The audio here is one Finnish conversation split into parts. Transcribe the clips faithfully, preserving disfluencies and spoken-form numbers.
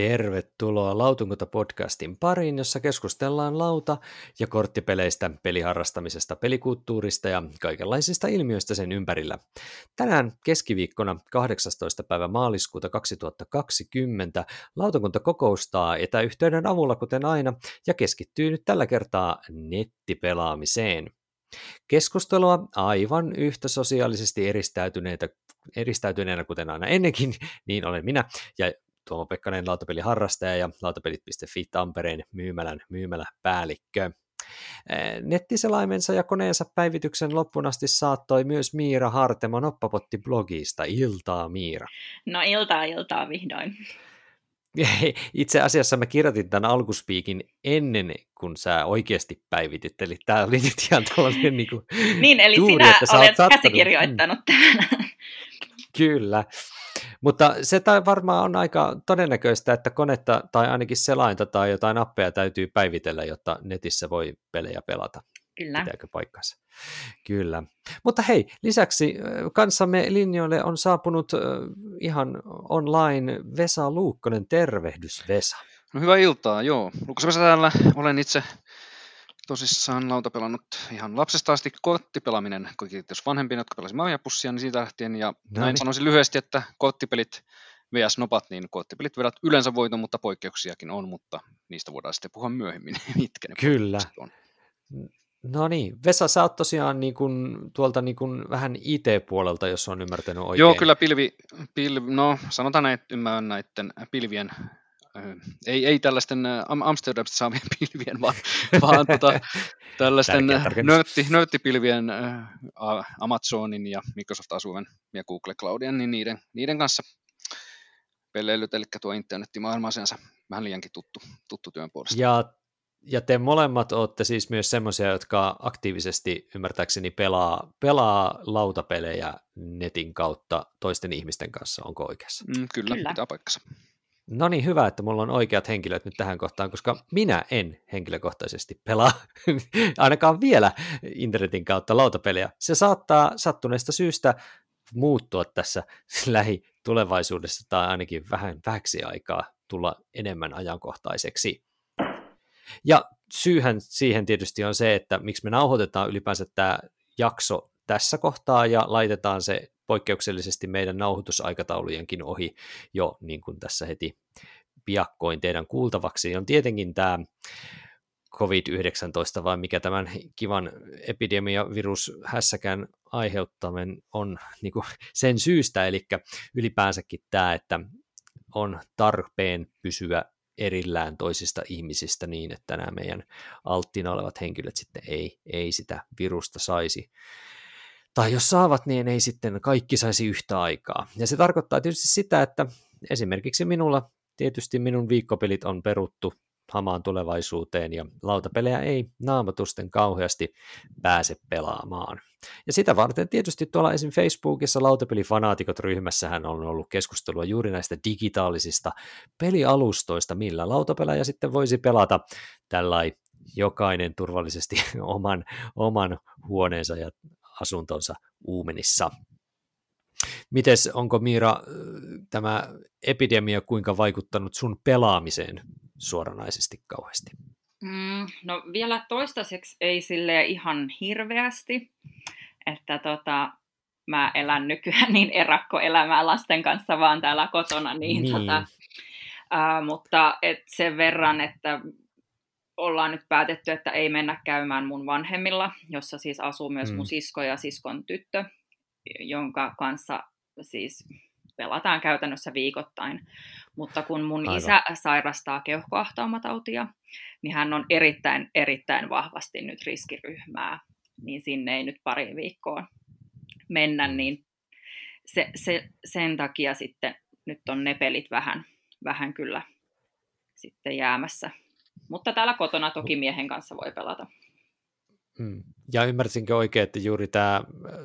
Tervetuloa Lautunkunta-podcastin pariin, jossa keskustellaan lauta- ja korttipeleistä, peliharrastamisesta, pelikulttuurista ja kaikenlaisista ilmiöistä sen ympärillä. Tänään keskiviikkona kahdeksastoista päivä maaliskuuta kaksituhattakaksikymmentä Lautunkunta kokoustaa etäyhteyden avulla kuten aina ja keskittyy nyt tällä kertaa nettipelaamiseen. Keskustelua aivan yhtä sosiaalisesti eristäytyneitä, eristäytyneenä kuten aina ennenkin, niin olen minä ja Tuomo Pekkanen, lautapeliharrastaja ja lautapelit piste fi Tampereen myymälän myymäläpäällikkö. Nettiselaimensa ja koneensa päivityksen loppuun asti saattoi myös Miira Hartemo Noppapotti-blogista. Iltaa, Miira. No iltaa, iltaa vihdoin. Itse asiassa mä kirjoitin tämän alkuspiikin ennen kuin sä oikeasti päivitit, eli tää oli nyt ihan tällainen niin kuin Niin, eli tuuri, sinä että sä olet oot käsikirjoittanut tämän. Kyllä, mutta se varmaan on aika todennäköistä, että konetta tai ainakin selainta tai jotain appeja täytyy päivitellä, jotta netissä voi pelejä pelata. Kyllä. Pitääkö paikkansa? Kyllä. Mutta hei, lisäksi kanssamme linjoille on saapunut ihan online Vesa Luukkonen. Tervehdys, Vesa. No hyvää iltaa, joo. Lukas Vesa täällä. Olen itse tosissaan lautapelannut ihan lapsesta asti. Korttipelaaminen, jos vanhempien, jotka pelasivat Marjapussia, niin siitä lähtien. Ja No näin niin. sanoisin lyhyesti, että korttipelit vs. nopat, niin korttipelit vedät yleensä voiton, mutta poikkeuksiakin on, mutta niistä voidaan sitten puhua myöhemmin, mitkä ne Kyllä. on. No niin, Vesa, sä oot tosiaan niin kuin, tuolta niin kuin vähän I T-puolelta, jos on ymmärtänyt oikein. Joo, kyllä pilvi, pilvi no sanotaan näin, että ymmärrän näiden pilvien, äh, ei, ei tällaisten äh, Amsterdamista saavien pilvien, vaan, vaan tota, tällaisten nörtti, nörttipilvien äh, Amazonin ja Microsoft Azuren ja Google Cloudien, niin niiden, niiden kanssa peleilyt, eli tuo internettimaailma on sinänsä vähän liiankin tuttu, tuttu työn puolesta. Ja Ja te molemmat olette siis myös semmoisia, jotka aktiivisesti ymmärtääkseni pelaa, pelaa lautapelejä netin kautta toisten ihmisten kanssa, onko oikeassa? Mm, kyllä, Kyllä, pitää paikkansa. No niin, hyvä, että mulla on oikeat henkilöt nyt tähän kohtaan, koska minä en henkilökohtaisesti pelaa ainakaan vielä internetin kautta lautapelejä. Se saattaa sattuneesta syystä muuttua tässä lähitulevaisuudessa tai ainakin vähän vähäksi aikaa tulla enemmän ajankohtaiseksi. Ja syyhän siihen tietysti on se, että miksi me nauhoitetaan ylipäänsä tämä jakso tässä kohtaa ja laitetaan se poikkeuksellisesti meidän nauhoitusaikataulujenkin ohi jo niin kuin tässä heti piakkoin teidän kuultavaksi, on tietenkin tämä covid yhdeksäntoista vai mikä tämän kivan epidemiavirushässäkään aiheuttaminen on niin kuin sen syystä, eli ylipäänsäkin tämä, että on tarpeen pysyä erillään toisista ihmisistä niin, että nämä meidän alttiina olevat henkilöt sitten ei, ei sitä virusta saisi. Tai jos saavat, niin ei sitten kaikki saisi yhtä aikaa. Ja se tarkoittaa tietysti sitä, että esimerkiksi minulla tietysti minun viikkopelit on peruttu hamaan tulevaisuuteen ja lautapelejä ei naamatusten kauheasti pääse pelaamaan. Ja sitä varten tietysti tuolla esim. Facebookissa Lautapelifanaatikot-ryhmässähän on ollut keskustelua juuri näistä digitaalisista pelialustoista, millä lautapelaaja sitten voisi pelata tällainen jokainen turvallisesti oman, oman huoneensa ja asuntonsa uumenissa. Mites, onko Miira tämä epidemia kuinka vaikuttanut sun pelaamiseen suoranaisesti kauheasti? Mm, no vielä toistaiseksi ei sille ihan hirveästi, että tota, mä elän nykyään niin erakkoelämää lasten kanssa vaan täällä kotona, niin, niin. Tota, ää, mutta et sen verran, että ollaan nyt päätetty, että ei mennä käymään mun vanhemmilla, jossa siis asuu myös mm. mun sisko ja siskon tyttö, jonka kanssa siis pelataan käytännössä viikoittain. Mutta kun mun Aivan. isä sairastaa keuhkoahtaumatautia, niin hän on erittäin, erittäin vahvasti nyt riskiryhmää, niin sinne ei nyt pari viikkoa mennä, niin se, se, sen takia sitten nyt on ne pelit vähän, vähän kyllä sitten jäämässä. Mutta täällä kotona toki miehen kanssa voi pelata. Ja ymmärsinkö oikein, että juuri tämä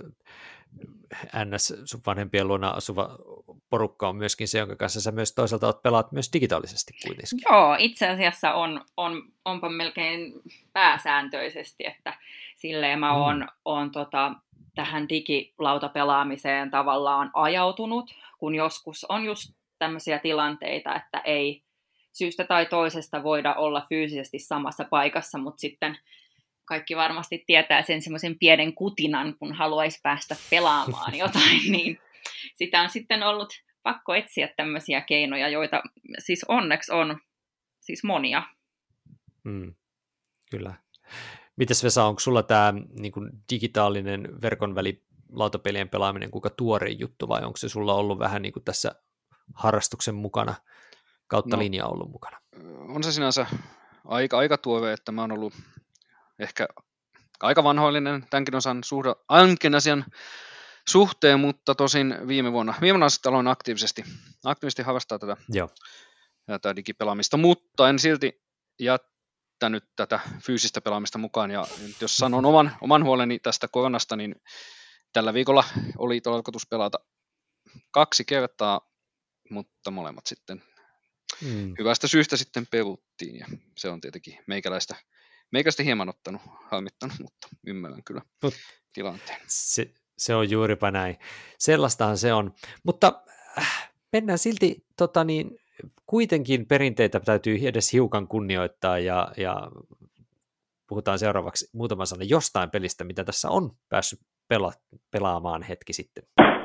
N S sun vanhempien luona asuva porukka on myöskin se, jonka kanssa sä myös toisaalta oot pelaat myös digitaalisesti kuitenkin? Joo, itse asiassa on, on, onpa melkein pääsääntöisesti, että silleen mä oon, mm. oon tota, tähän digilautapelaamiseen tavallaan ajautunut, kun joskus on just tämmöisiä tilanteita, että ei, syystä tai toisesta voida olla fyysisesti samassa paikassa, mutta sitten kaikki varmasti tietää sen semmoisen pienen kutinan, kun haluaisi päästä pelaamaan jotain, niin sitä on sitten ollut pakko etsiä tämmöisiä keinoja, joita siis onneksi on siis monia. Mm, kyllä. Mites Vesa, onko sulla tämä niin kuin digitaalinen verkon väli lautapelien pelaaminen kuinka tuore juttu, vai onko se sulla ollut vähän niin kuin tässä harrastuksen mukana, kautta no, linja ollut mukana? On se sinänsä aika, aika tuore, että mä oon ollut ehkä aika vanhoillinen tämänkin osan suhde, ainakin asian suhteen, mutta tosin viime vuonna, viime vuonna sitten aloin aktiivisesti, aktiivisesti harrastaa tätä, tätä digipelaamista, mutta en silti jättänyt tätä fyysistä pelaamista mukaan, ja jos sanon oman, oman huoleni tästä koronasta, niin tällä viikolla oli tarkoitus pelata kaksi kertaa, mutta molemmat sitten mm. hyvästä syystä sitten peruttiin, ja se on tietenkin meikäläistä, meikäläistä hieman ottanut, harmittanut, mutta ymmärrän kyllä Mut, tilanteen. Se, se on juuripa näin. Sellaistahan se on, mutta äh, mennään silti tota niin, kuitenkin perinteitä täytyy edes hiukan kunnioittaa, ja, ja puhutaan seuraavaksi muutama sana jostain pelistä, mitä tässä on päässyt pela- pelaamaan hetki sitten.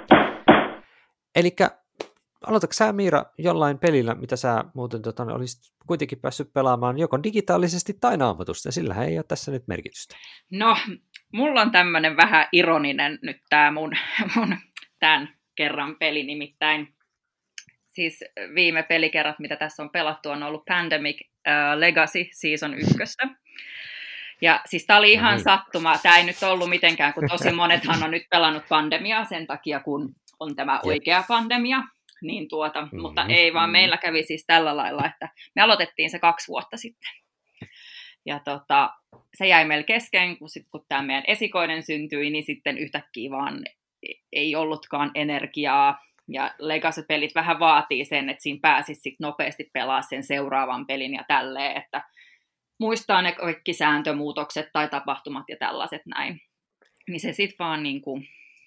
Elikkä aloitatko sä, Miira, jollain pelillä, mitä sä muuten tota, olisit kuitenkin päässyt pelaamaan joko digitaalisesti tai naamatusta, sillähän ei ole tässä nyt merkitystä. No, mulla on tämmöinen vähän ironinen nyt tää mun, mun tämän kerran peli, nimittäin siis viime pelikerrat, mitä tässä on pelattu, on ollut Pandemic uh, Legacy Season ykköstä. Ja siis tää oli ihan no niin. sattuma, tää ei nyt ollut mitenkään, kun tosi monethan on nyt pelannut pandemiaa sen takia, kun on tämä oikea pandemia. Niin tuota, mm-hmm. mutta ei vaan meillä kävi siis tällä lailla, että me aloitettiin se kaksi vuotta sitten. Ja tota, se jäi meillä kesken, kun, sit, kun tämä meidän esikoinen syntyi, niin sitten yhtäkkiä vaan ei ollutkaan energiaa. Ja Legacy-pelit vähän vaatii sen, että siinä pääsisi sit nopeasti pelaa sen seuraavan pelin ja tälleen, että muistaa ne kaikki sääntömuutokset tai tapahtumat ja tällaiset näin. Niin se sitten vaan niin kuin...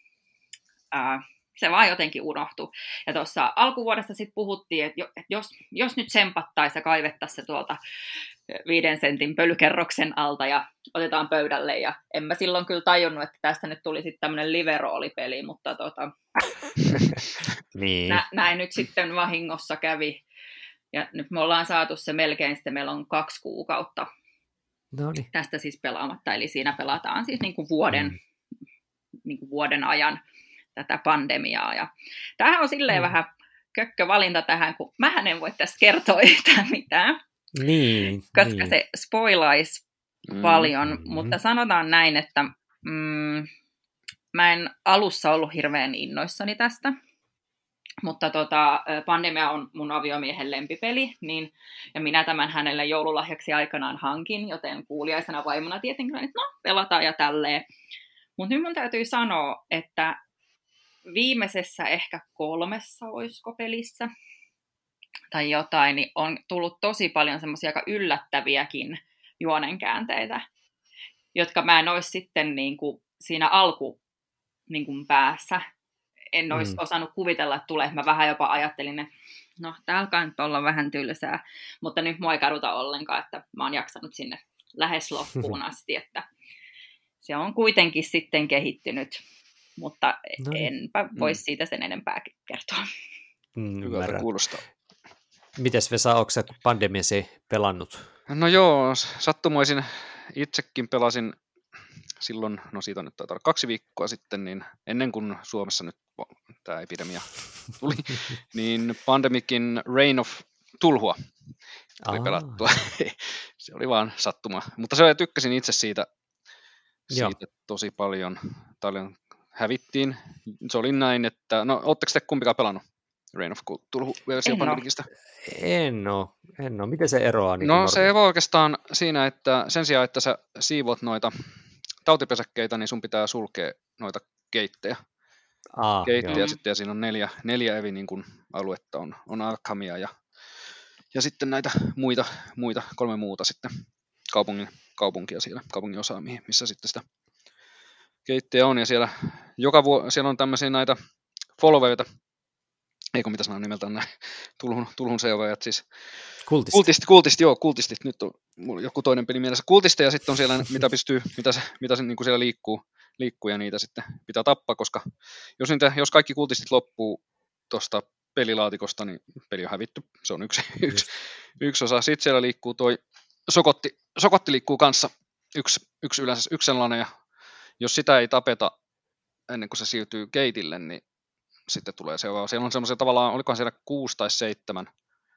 Ää, se vaan jotenkin unohtui. Ja tuossa alkuvuodesta sitten puhuttiin, että jos, jos nyt sempattaisi ja kaivettaisiin se tuolta viiden sentin pölykerroksen alta ja otetaan pöydälle. Ja en mä silloin kyllä tajunnut, että tästä nyt tuli sitten tämmöinen live-roolipeli, mutta tota, niin. nä, näin nyt sitten vahingossa kävi. Ja nyt me ollaan saatu se melkein, sitten meillä on kaksi kuukautta Noniin. tästä siis pelaamatta. Eli siinä pelataan siis niin kuin vuoden, mm. niin kuin vuoden ajan tätä pandemiaa. Ja tämähän on silleen mm. vähän kökkövalinta tähän, kun mähän en voi tästä kertoa yhtään mitään, niin, koska niin. se spoilaisi mm. paljon, mm. mutta sanotaan näin, että mm, mä en alussa ollut hirveän innoissani tästä, mutta tota, Pandemia on mun aviomiehen lempipeli, niin, ja minä tämän hänelle joululahjaksi aikanaan hankin, joten kuuliaisena vaimona tietenkin, että no, pelataan ja tälleen. Mutta nyt mun täytyy sanoa, että viimeisessä ehkä kolmessa oisko pelissä tai jotain, niin on tullut tosi paljon semmoisia aika yllättäviäkin juonenkäänteitä, jotka mä en olisi sitten niin kuin siinä alku niin kuin päässä. En olisi mm. osannut kuvitella, että tulee. Mä vähän jopa ajattelin, että no, tää alkaa nyt olla vähän tylsää, mutta nyt mua ei kaduta ollenkaan, että mä oon jaksanut sinne lähes loppuun asti, että se on kuitenkin sitten kehittynyt. Mutta no niin. enpä voisi mm. siitä sen enempää kertoa. Mm, Hyvältä kuulostaa. Mites Vesa, ootko sä Pandemiassa pelannut? No joo, sattumoisin itsekin pelasin silloin, no siitä on nyt taitaa kaksi viikkoa sitten, niin ennen kuin Suomessa nyt tämä epidemia tuli, niin Pandemicin Reign of Tulhua tuli Aa. pelattua. Se oli vaan sattuma. Mutta se tykkäsin itse siitä, siitä tosi paljon. paljon hävittiin. Se oli näin, että... No, ootteko te kumpikaan pelannut Reign of Tulhu-versio Pandemicista? En ole. En ole. Miten se eroaa? Niin no se eroaa oikeastaan siinä, että sen sijaan, että sä siivot noita tautipesäkkeitä, niin sun pitää sulkea noita keittejä. Aa, keittejä sitten, ja siinä on neljä, neljä eri niin kuin aluetta. On, on Arkhamia ja, ja sitten näitä muita, muita, kolme muuta sitten kaupungin, kaupunkia siellä, kaupungin osaa, missä sitten sitä keittejä on, ja siellä, joka vuo, siellä on tämmöisiä näitä followeita, eikö mitä sanoo nimeltään nämä tulhun, tulhun seuraajat, siis Kultistit. Kultistit, kultistit, joo, kultistit. Nyt on joku toinen peli mielessä. Kultisteja sitten on siellä, mitä pystyy, mitä se, mitä se niin kuin siellä liikkuu, liikkuu, ja niitä sitten pitää tappaa, koska jos, niitä, jos kaikki kultistit loppuu tuosta pelilaatikosta, niin peli on hävitty. Se on yksi, yksi, yksi osa. Sitten siellä liikkuu toi sokotti, sokotti liikkuu kanssa, yksi, yksi yleensä, yksi sellainen, ja jos sitä ei tapeta ennen kuin se siirtyy gateille, niin sitten tulee seuraava. Siellä on semmoisia tavallaan, olikohan siellä kuusi tai seitsemän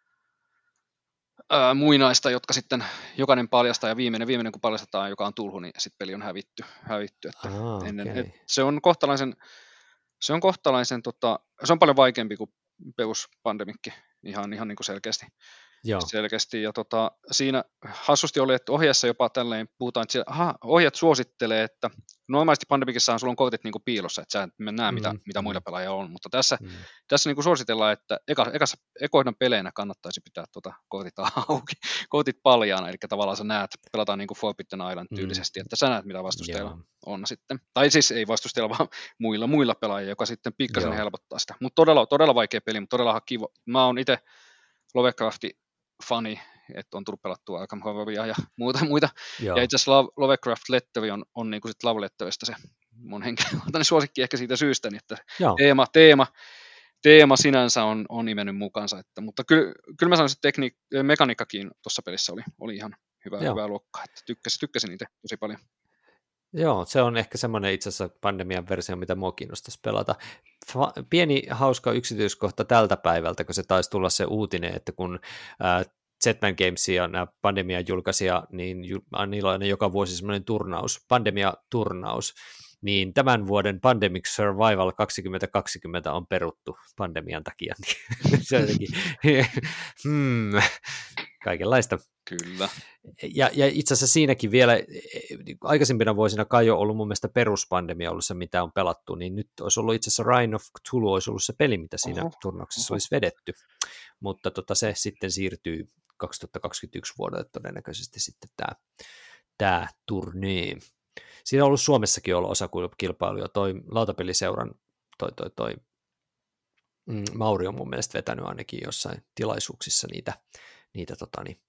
ää, muinaista, jotka sitten jokainen paljastaa, ja viimeinen, viimeinen kun paljastetaan, joka on tulhu, niin sitten peli on hävitty. hävitty että ah, ennen, okay. et se on kohtalaisen, se on kohtalaisen, tota, se on paljon vaikeampi kuin perus Pandemikki, ihan, ihan niin kuin selkeästi. Joo. selkeästi. Ja tota, siinä hassusti oli, että ohjeessa jopa tälleen puhutaan, että siellä, aha, ohjeet suosittelee, että normaalisti Pandemikissahan sulla on kortit niin kuin piilossa, että sä et näe, mm, mitä, mm. mitä muilla pelaajilla on, mutta tässä, mm. tässä niin kuin suositellaan, että eka, ekassa, ekoidan peleinä kannattaisi pitää tuota kortit auki, kortit paljaana, eli tavallaan sä näet, pelataan niin kuin Forbidden Island tyylisesti, mm. että sä näet, mitä vastustajilla Joo. on sitten. Tai siis ei vastustajilla, vaan muilla, muilla pelaajilla, joka sitten pikkasen Joo. helpottaa sitä. Mutta todella, todella vaikea peli, mutta todella kiva. Mä oon itse Lovecraftin fani, että on tullut pelattua Arkham Horroria ja muuta. muita. Ja itse asiassa Lovecraft Letteri on, on niin kuin sit Love Letteristä se mun henkilökohtainen suosikki ehkä siitä syystä, niin että teema, teema, teema sinänsä on, on nimennyt mukansa. Että, mutta kyllä, kyllä mä sanoisin, että tekniik- mekaniikkakin tuossa pelissä oli, oli ihan hyvä, hyvä luokkaa. Että tykkäsin, tykkäsin niitä tosi paljon. Joo, se on ehkä semmoinen itse asiassa pandemian versio, mitä mua kiinnostaisi pelata. Fa- pieni hauska yksityiskohta tältä päivältä, kun se taisi tulla se uutinen, että kun äh, Zetman Games ja nämä pandemian julkaisija, niin ju- niillä on aina joka vuosi semmoinen turnaus, pandemia-turnaus, niin tämän vuoden Pandemic Survival kaksituhattakaksikymmentä on peruttu pandemian takia. Se on jotenkin, hmm, kaikenlaista. Kyllä. Ja, ja itse asiassa siinäkin vielä, aikaisempina vuosina kai on ollut mun mielestä peruspandemia ollut se, mitä on pelattu, niin nyt olisi ollut itse asiassa Reign of Cthulhu olisi ollut se peli, mitä siinä oho, turnauksessa oho. olisi vedetty, mutta tota, se sitten siirtyy kaksituhattakaksikymmentäyksi vuodelle todennäköisesti sitten tämä, tämä turnee. Siinä on ollut Suomessakin ollut osa kilpailuja, toi lautapeliseuran toi, toi, toi, mm, Mauri on mun mielestä vetänyt ainakin jossain tilaisuuksissa niitä, niitä tota niin,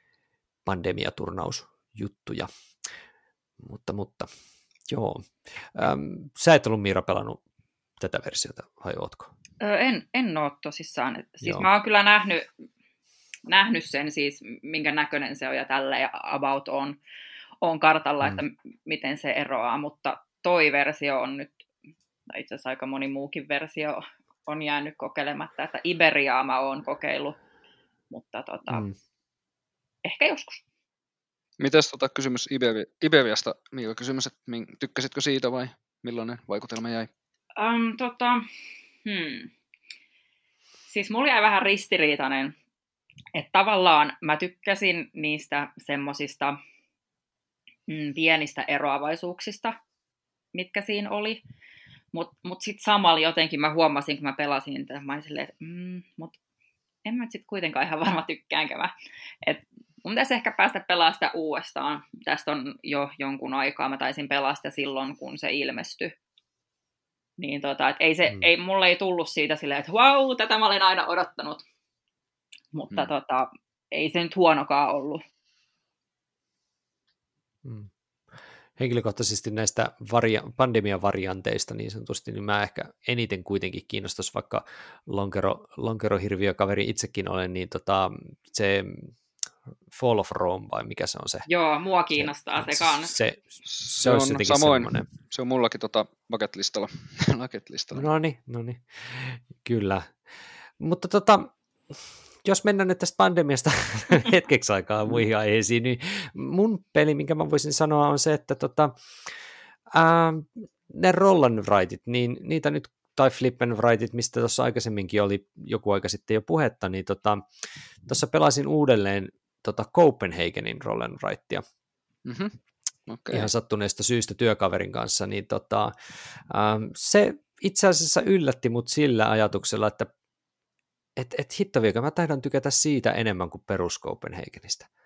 pandemiaturnausjuttuja, mutta, mutta joo. Ähm, sä et ollut, Miira, pelannut tätä versiota, vai ootko? Öö, en, en ole tosissaan. Siis joo. Mä oon kyllä nähnyt, nähnyt sen siis, minkä näköinen se on ja tälleen, ja about on, on kartalla, mm. että miten se eroaa, mutta toi versio on nyt, itse asiassa aika moni muukin versio on jäänyt kokeilematta, että Iberiaa mä oon kokeillut, mutta tota, mm. ehkä joskus. Mitäs tota kysymys Iberi- Iberiasta, Miika, kysymys, että tykkäsitkö siitä vai millainen vaikutelma jäi? Um, tota, hmm. Siis mulla jäi vähän ristiriitainen, että tavallaan mä tykkäsin niistä semmosista mm, pienistä eroavaisuuksista, mitkä siinä oli, mutta mut sitten samalla jotenkin mä huomasin, kun mä pelasin, että mä olin silleen, että mm, mut en mä sitten kuitenkaan ihan varma tykkäänkö mä. Et mun pitäisi ehkä päästä pelaamaan sitä uudestaan. Tästä on jo jonkun aikaa. Mä taisin pelaa sitä silloin, kun se ilmestyi. Niin tota, et ei se, mm. ei, mulle ei tullut siitä silleen, että vau, tätä mä olen aina odottanut. Mutta mm. tota, ei se nyt huonokaan ollut. Mm. Henkilökohtaisesti näistä varia- pandemiavarianteista niin sanotusti, niin mä ehkä eniten kuitenkin kiinnostaisi, vaikka lonkero, lonkerohirviökaveri itsekin olen, niin tota, se Fall of Rome, vai mikä se on se? Joo, mua kiinnostaa se, se kanssa. Se, se, se on samoin, semmoinen. Se on mullakin tota bucket-listalla. bucket-listalla. No niin, no niin, kyllä. Mutta tota, jos mennään nyt tästä pandemiasta hetkeksi aikaa muihin aiheisiin, niin mun peli, minkä mä voisin sanoa, on se, että tota, ää, ne roll and writeit, niin niitä nyt, tai flip and writeit, mistä tuossa aikaisemminkin oli joku aika sitten jo puhetta, niin tuossa tota, pelasin uudelleen tota Copenhagenin roll and writeitia. Mm-hmm. Okay. Ihan sattuneesta syystä työkaverin kanssa, niin tota, ää, se itse asiassa yllätti mut sillä ajatuksella, että et, et hittoviika, mä taidan tykätä siitä enemmän kuin perus Copenhagenista.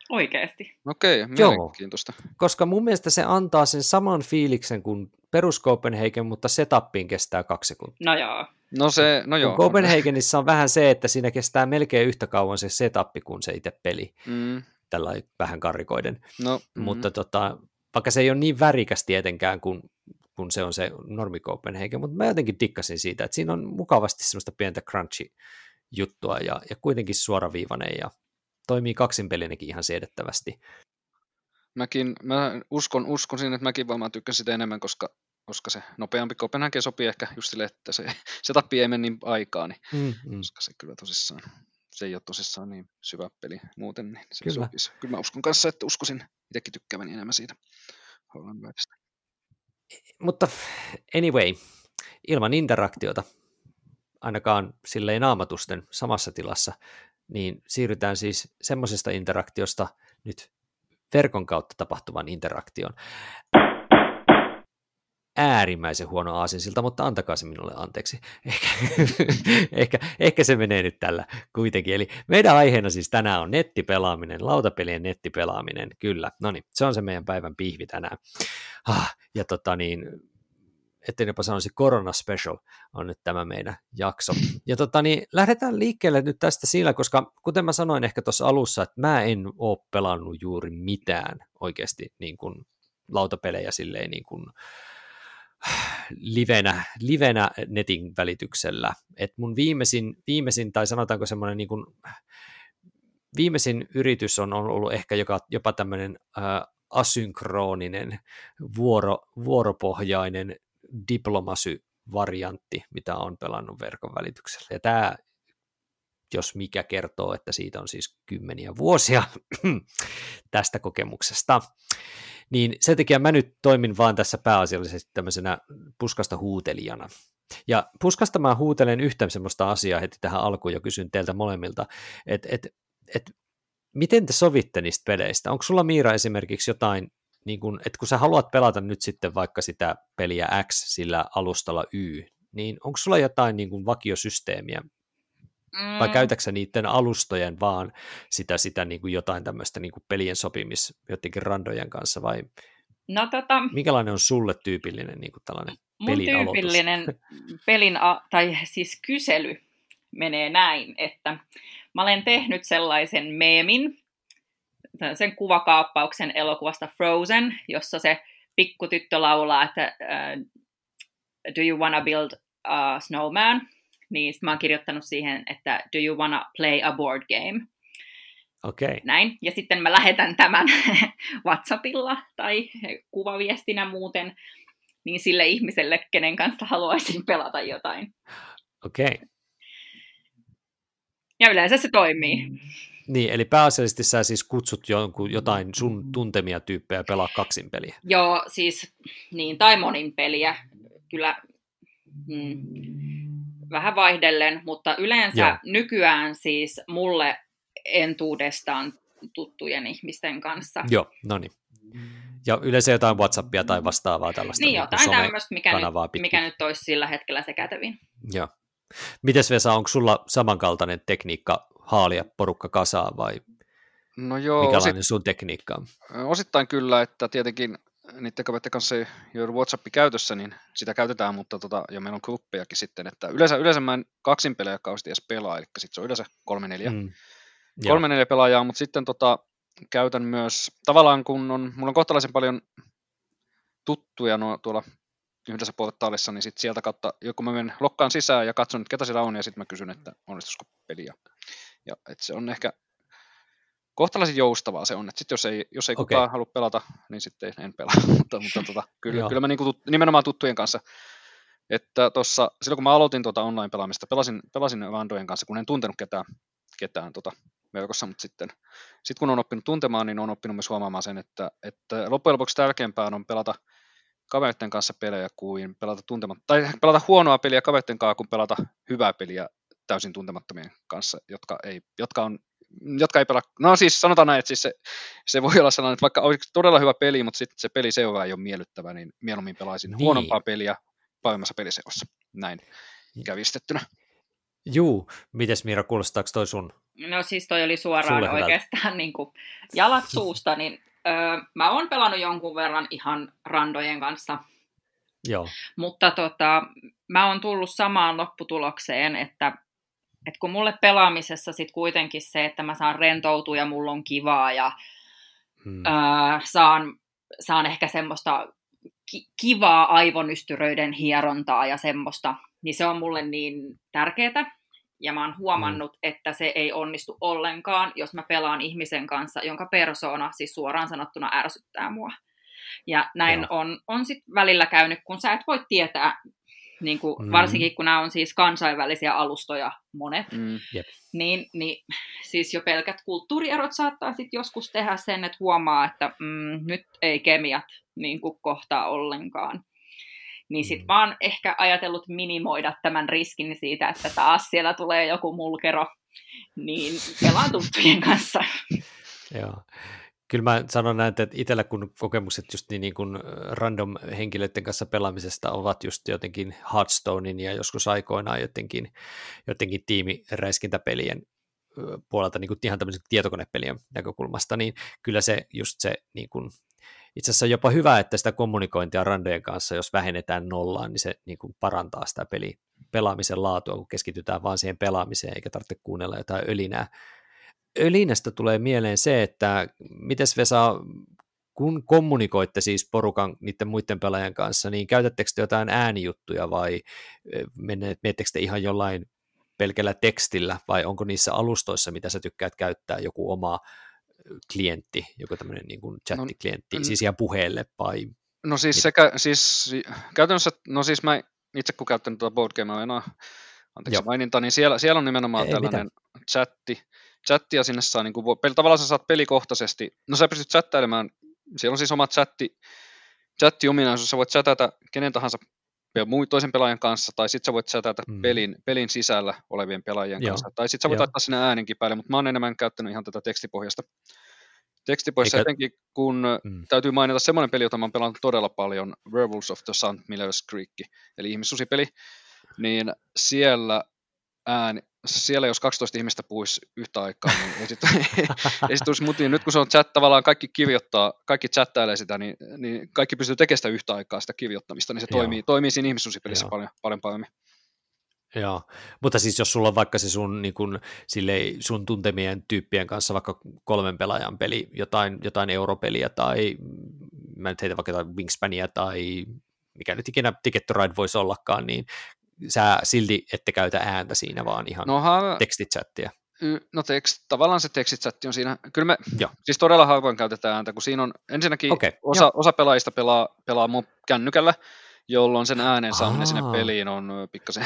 Oikeasti. Okei, mielenkiintoista. Joo, koska mun mielestä se antaa sen saman fiiliksen kuin perus Copenhagen, mutta setuppiin kestää kaksi sekuntia. No joo. No se, no joo. Copenhagenissa on vähän se, että siinä kestää melkein yhtä kauan se setappi kuin se itse peli. Mm. Tällä vähän karrikoiden. No, mm-hmm. Mutta tota, vaikka se ei ole niin värikäs tietenkään kuin, kuin se on se normi Copenhagen, mutta mä jotenkin dikkasin siitä, että siinä on mukavasti semmoista pientä crunchy-juttua ja, ja kuitenkin suoraviivainen ja toimii kaksinpelinenkin ihan siedettävästi. Mäkin, mä uskon, uskon siinä, että mäkin varmaan tykkäsin sitä enemmän, koska, koska se nopeampi Copenhagen sopii ehkä just sille, että se, se tappi ei mene niin aikaa, niin, mm, mm. koska se kyllä tosissaan, se ei ole tosissaan niin syvä peli muuten, niin se kyllä. Sopisi. Kyllä mä uskon kanssa, että uskoisin itsekin tykkääväni enemmän siitä Holland Webistä. Mutta anyway, ilman interaktiota, ainakaan silleen naamatusten samassa tilassa, niin siirrytään siis semmoisesta interaktiosta nyt verkon kautta tapahtuvan interaktion. Äärimmäisen huono aasinsilta, mutta antakaa se minulle anteeksi. Ehkä, ehkä, ehkä se menee nyt tällä kuitenkin. Eli meidän aiheena siis tänään on nettipelaaminen, lautapelien nettipelaaminen, kyllä. No niin, se on se meidän päivän pihvi tänään. Ah, ja tota niin, etten jopa sanoisi Corona Special on nyt tämä meidän jakso. Ja tota niin, lähdetään liikkeelle nyt tästä sillä, koska kuten mä sanoin ehkä tuossa alussa, että mä en ole pelannut juuri mitään oikeasti niin kuin lautapelejä silleen niin kuin livenä, livenä netin välityksellä. Et mun viimeisin, viimeisin tai sanotaanko semmoinen niin kuin, viimeisin yritys on ollut ehkä joka, jopa tämmöinen äh, asynkroninen, vuoro, vuoropohjainen diplomasy-variantti, mitä on pelannut verkon välityksellä. Ja tämä, jos mikä kertoo, että siitä on siis kymmeniä vuosia tästä kokemuksesta. Niin sen takia mä nyt toimin vaan tässä pääasiallisesti tämmöisenä puskasta huutelijana. Ja puskasta mä huutelen yhtä semmoista asiaa heti tähän alkuun ja kysyn teiltä molemmilta, että et, et, miten te sovitte niistä peleistä? Onko sulla, Miira, esimerkiksi jotain, niin kun, että kun sä haluat pelata nyt sitten vaikka sitä peliä X sillä alustalla Y, niin onko sulla jotain niin kun vakiosysteemiä? Vai Mm. käytätkö sä niiden alustojen vaan sitä, sitä niin kuin jotain tämmöistä niin kuin pelien sopimis jotenkin randojen kanssa, vai No tota, minkälainen on sulle tyypillinen niin kuin tällainen mun pelin aloitus? tyypillinen pelin, a- tai siis kysely menee näin, että mä olen tehnyt sellaisen meemin, sen kuvakaappauksen elokuvasta Frozen, jossa se pikkutyttö laulaa, että uh, do you wanna build a snowman? Niin mä oon kirjoittanut siihen, että do you wanna play a board game? Okei. Okay. Näin. Ja sitten mä lähetän tämän WhatsAppilla tai kuvaviestinä muuten niin sille ihmiselle, kenen kanssa haluaisin pelata jotain. Okei. Okay. Ja yleensä se toimii. Niin, eli pääasiallisesti sä siis kutsut jonkun, jotain sun tuntemia tyyppejä pelaa kaksin peliä. Joo, siis niin, tai monin peliä. Kyllä hmm, vähän vaihdellen, mutta yleensä Joo. nykyään siis mulle entuudestaan tuttujen ihmisten kanssa. Joo, no niin. Ja yleensä jotain WhatsAppia tai vastaavaa tällaista. Niin, jotain tämmöistä, mikä, mikä nyt olisi sillä hetkellä se kätevin. Joo. Mites, Vesa, onko sulla samankaltainen tekniikka haalia porukka kasaan vai no joo, mikälainen osit... sun tekniikka on? Osittain kyllä, että tietenkin niiden kavereiden kanssa ei ole WhatsApp käytössä, niin sitä käytetään, mutta tota, ja meillä on gruppejakin sitten, että yleensä, yleensä mä en kaksin pelejä kauheasti edes pelaa, eli sitten se on yleensä kolme neljä. Mm. Kolme neljä pelaajaa, mutta sitten tota, käytän myös, tavallaan kun on, mulla on kohtalaisen paljon tuttuja no, tuolla yhdessä portaalissa, niin sitten sieltä kautta, kun mä menen lokkaan sisään ja katson, että ketä siellä on, ja sitten mä kysyn, että onnistuisiko peli. Ja, ja että se on ehkä kohtalaisen joustavaa se on, että sitten jos ei, jos ei okay. kukaan halua pelata, niin sitten en pelaa, mutta, mutta tota, kyllä, kyllä mä niinku, nimenomaan tuttujen kanssa, että tossa, silloin kun mä aloitin tota online-pelaamista, pelasin, pelasin randojen kanssa, kun en tuntenut ketään, ketään tota verkossa, mutta sitten sit kun on oppinut tuntemaan, niin on oppinut myös huomaamaan sen, että, että loppujen lopuksi tärkeämpää on pelata kavereiden kanssa pelejä kuin pelata tuntematta, tai pelata huonoa peliä kavereiden kanssa kuin pelata hyvää peliä täysin tuntemattomien kanssa, jotka ei, jotka on, jotka ei pelaa, no siis sanotaan näin, että siis se, se voi olla sellainen, että vaikka olisi todella hyvä peli, mutta sitten se peli seuraa ei ole miellyttävä, niin mieluummin pelaisin niin. huonompaa peliä paremmassa peliseurassa, näin kävistettynä. Juu, mites Miira, kuulostaako toi sun No siis toi oli suoraan oikeastaan niin kuin jalat suusta, niin öö, mä oon pelannut jonkun verran ihan randojen kanssa. Joo. Mutta tota, mä oon tullut samaan lopputulokseen, että, että kun mulle pelaamisessa sit kuitenkin se, että mä saan rentoutua ja mulla on kivaa ja hmm. öö, saan, saan ehkä semmoista ki- kivaa aivonystyröiden hierontaa ja semmoista, niin se on mulle niin tärkeää. Ja mä oon huomannut, hmm. että se ei onnistu ollenkaan, jos mä pelaan ihmisen kanssa, jonka persoona siis suoraan sanottuna ärsyttää mua. Ja näin Joo. on, on sitten välillä käynyt, kun sä et voi tietää, niin kuin, mm. varsinkin kun nämä on siis kansainvälisiä alustoja monet, mm. yep. niin, niin siis jo pelkät kulttuurierot saattaa sitten joskus tehdä sen, että huomaa, että mm, nyt ei kemiat niin kuin kohtaa ollenkaan. Niin sitten mm. mä oon ehkä ajatellut minimoida tämän riskin siitä, että taas siellä tulee joku mulkero, niin pelaan tuttujen kanssa. Joo. Kyllä mä sanon näin, että itsellä kun kokemukset just niin, niin kuin random henkilöiden kanssa pelaamisesta ovat just jotenkin Hearthstonein ja joskus aikoinaan jotenkin, jotenkin tiimiräiskintäpelien puolelta niin kuin ihan tämmöisen tietokonepelien näkökulmasta, niin kyllä se just se niin kuin, itse asiassa on jopa hyvä, että sitä kommunikointia randojen kanssa, jos vähennetään nollaan, niin se niin kuin parantaa sitä peli, pelaamisen laatua, kun keskitytään vaan siihen pelaamiseen, eikä tarvitse kuunnella jotain ölinää. Ölinästä tulee mieleen se, että mites Vesa, kun kommunikoitte siis porukan niiden muiden pelaajien kanssa, niin käytättekö te jotain äänijuttuja vai menettekö te ihan jollain pelkällä tekstillä vai onko niissä alustoissa, mitä sä tykkäät käyttää, joku oma klientti, joku tämmöinen niin kuin chattiklientti, no, siis ihan puheelle vai? No siis, sekä, siis käytännössä, no siis mä itse kun käyttänyt tuota boardgamea enää, anteeksi Joo. maininta, niin siellä, siellä on nimenomaan Ei, tällainen mitään. chatti, chattia sinne saa, niin kuin, tavallaan sä saat pelikohtaisesti, no sä pystyt chattailemaan, siellä on siis oma chatti, chatti-ominaisuus, sä voit chatata kenen tahansa toisen pelaajan kanssa, tai sit sä voit chatata mm. pelin, pelin sisällä olevien pelaajien Joo. kanssa, tai sit sä voit Joo. laittaa sinne äänenkin päälle, mutta mä oon enemmän käyttänyt ihan tätä tekstipohjasta. Tekstipohjassa Eikä... etenkin, kun mm. täytyy mainita semmoinen peli, jota mä oon pelannut todella paljon, Werewolves of the Saint Miller's Creek, eli ihmissusipeli, niin siellä ääni, siellä jos kaksitoista ihmistä puhuisi yhtä aikaa, niin ei sitten sit tulisi mutiin. Nyt kun se on chat, tavallaan kaikki kirjoittaa, kaikki chattailee sitä, niin, niin kaikki pystyy tekemään sitä yhtä aikaa, sitä kirjoittamista, niin se toimii, toimii siinä ihmissusipelissä paljon, paljon paremmin. Joo, mutta siis jos sulla on vaikka se sun, niin kun, silleen, sun tuntemien tyyppien kanssa vaikka kolmen pelaajan peli, jotain, jotain europeliä tai mä nyt heitän vaikka jotain Wingspania tai mikä nyt ikinä Ticket to Ride voisi ollakaan, niin sä silti ette käytä ääntä siinä, vaan ihan Noha, tekstichattia. No tekst, tavallaan se tekstichatti on siinä, kyllä me Joo. siis todella harvoin käytetään ääntä, kun siinä on ensinnäkin okay, osa, osa pelaajista pelaa, pelaa mun kännykällä, jolloin sen äänen saaminen sinne peliin on pikkasen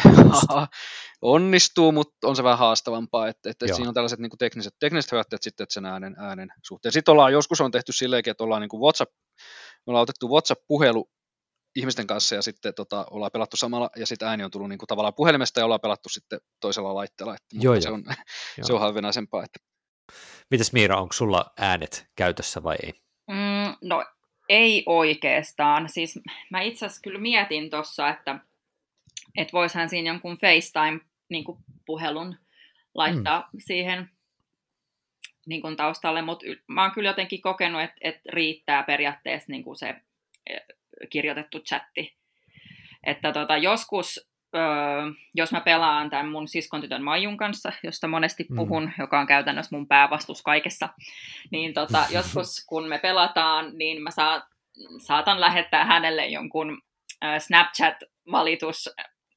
onnistuu, mutta on se vähän haastavampaa, että, että siinä on tällaiset niin kuin tekniset, tekniset hyötteet sitten, että sen äänen, äänen suhteen. Sitten ollaan, joskus on tehty silleenkin, että ollaan niin kuin WhatsApp, me ollaan otettu WhatsApp-puhelu ihmisten kanssa ja sitten tota, ollaan pelattu samalla ja sitten ääni on tullut niin kuin tavallaan puhelimesta ja ollaan pelattu sitten toisella laitteella, että joo, se, on, se on harvinaisempaa. Että... Mites Miira, onko sulla äänet käytössä vai ei? Mm, no ei oikeastaan. Siis mä itse asiassa kyllä mietin tuossa, että et voisihan siinä jonkun FaceTime-puhelun laittaa mm. siihen niin kuin taustalle, mutta mä oon kyllä jotenkin kokenut, että, että riittää periaatteessa niin kuin se kirjoitettu chatti. Että tota, joskus, öö, jos mä pelaan tämän mun siskontytön Maijun kanssa, josta monesti puhun, mm. joka on käytännössä mun päävastus kaikessa, niin tota, joskus kun me pelataan, niin mä saat, saatan lähettää hänelle jonkun äh, Snapchat-valitus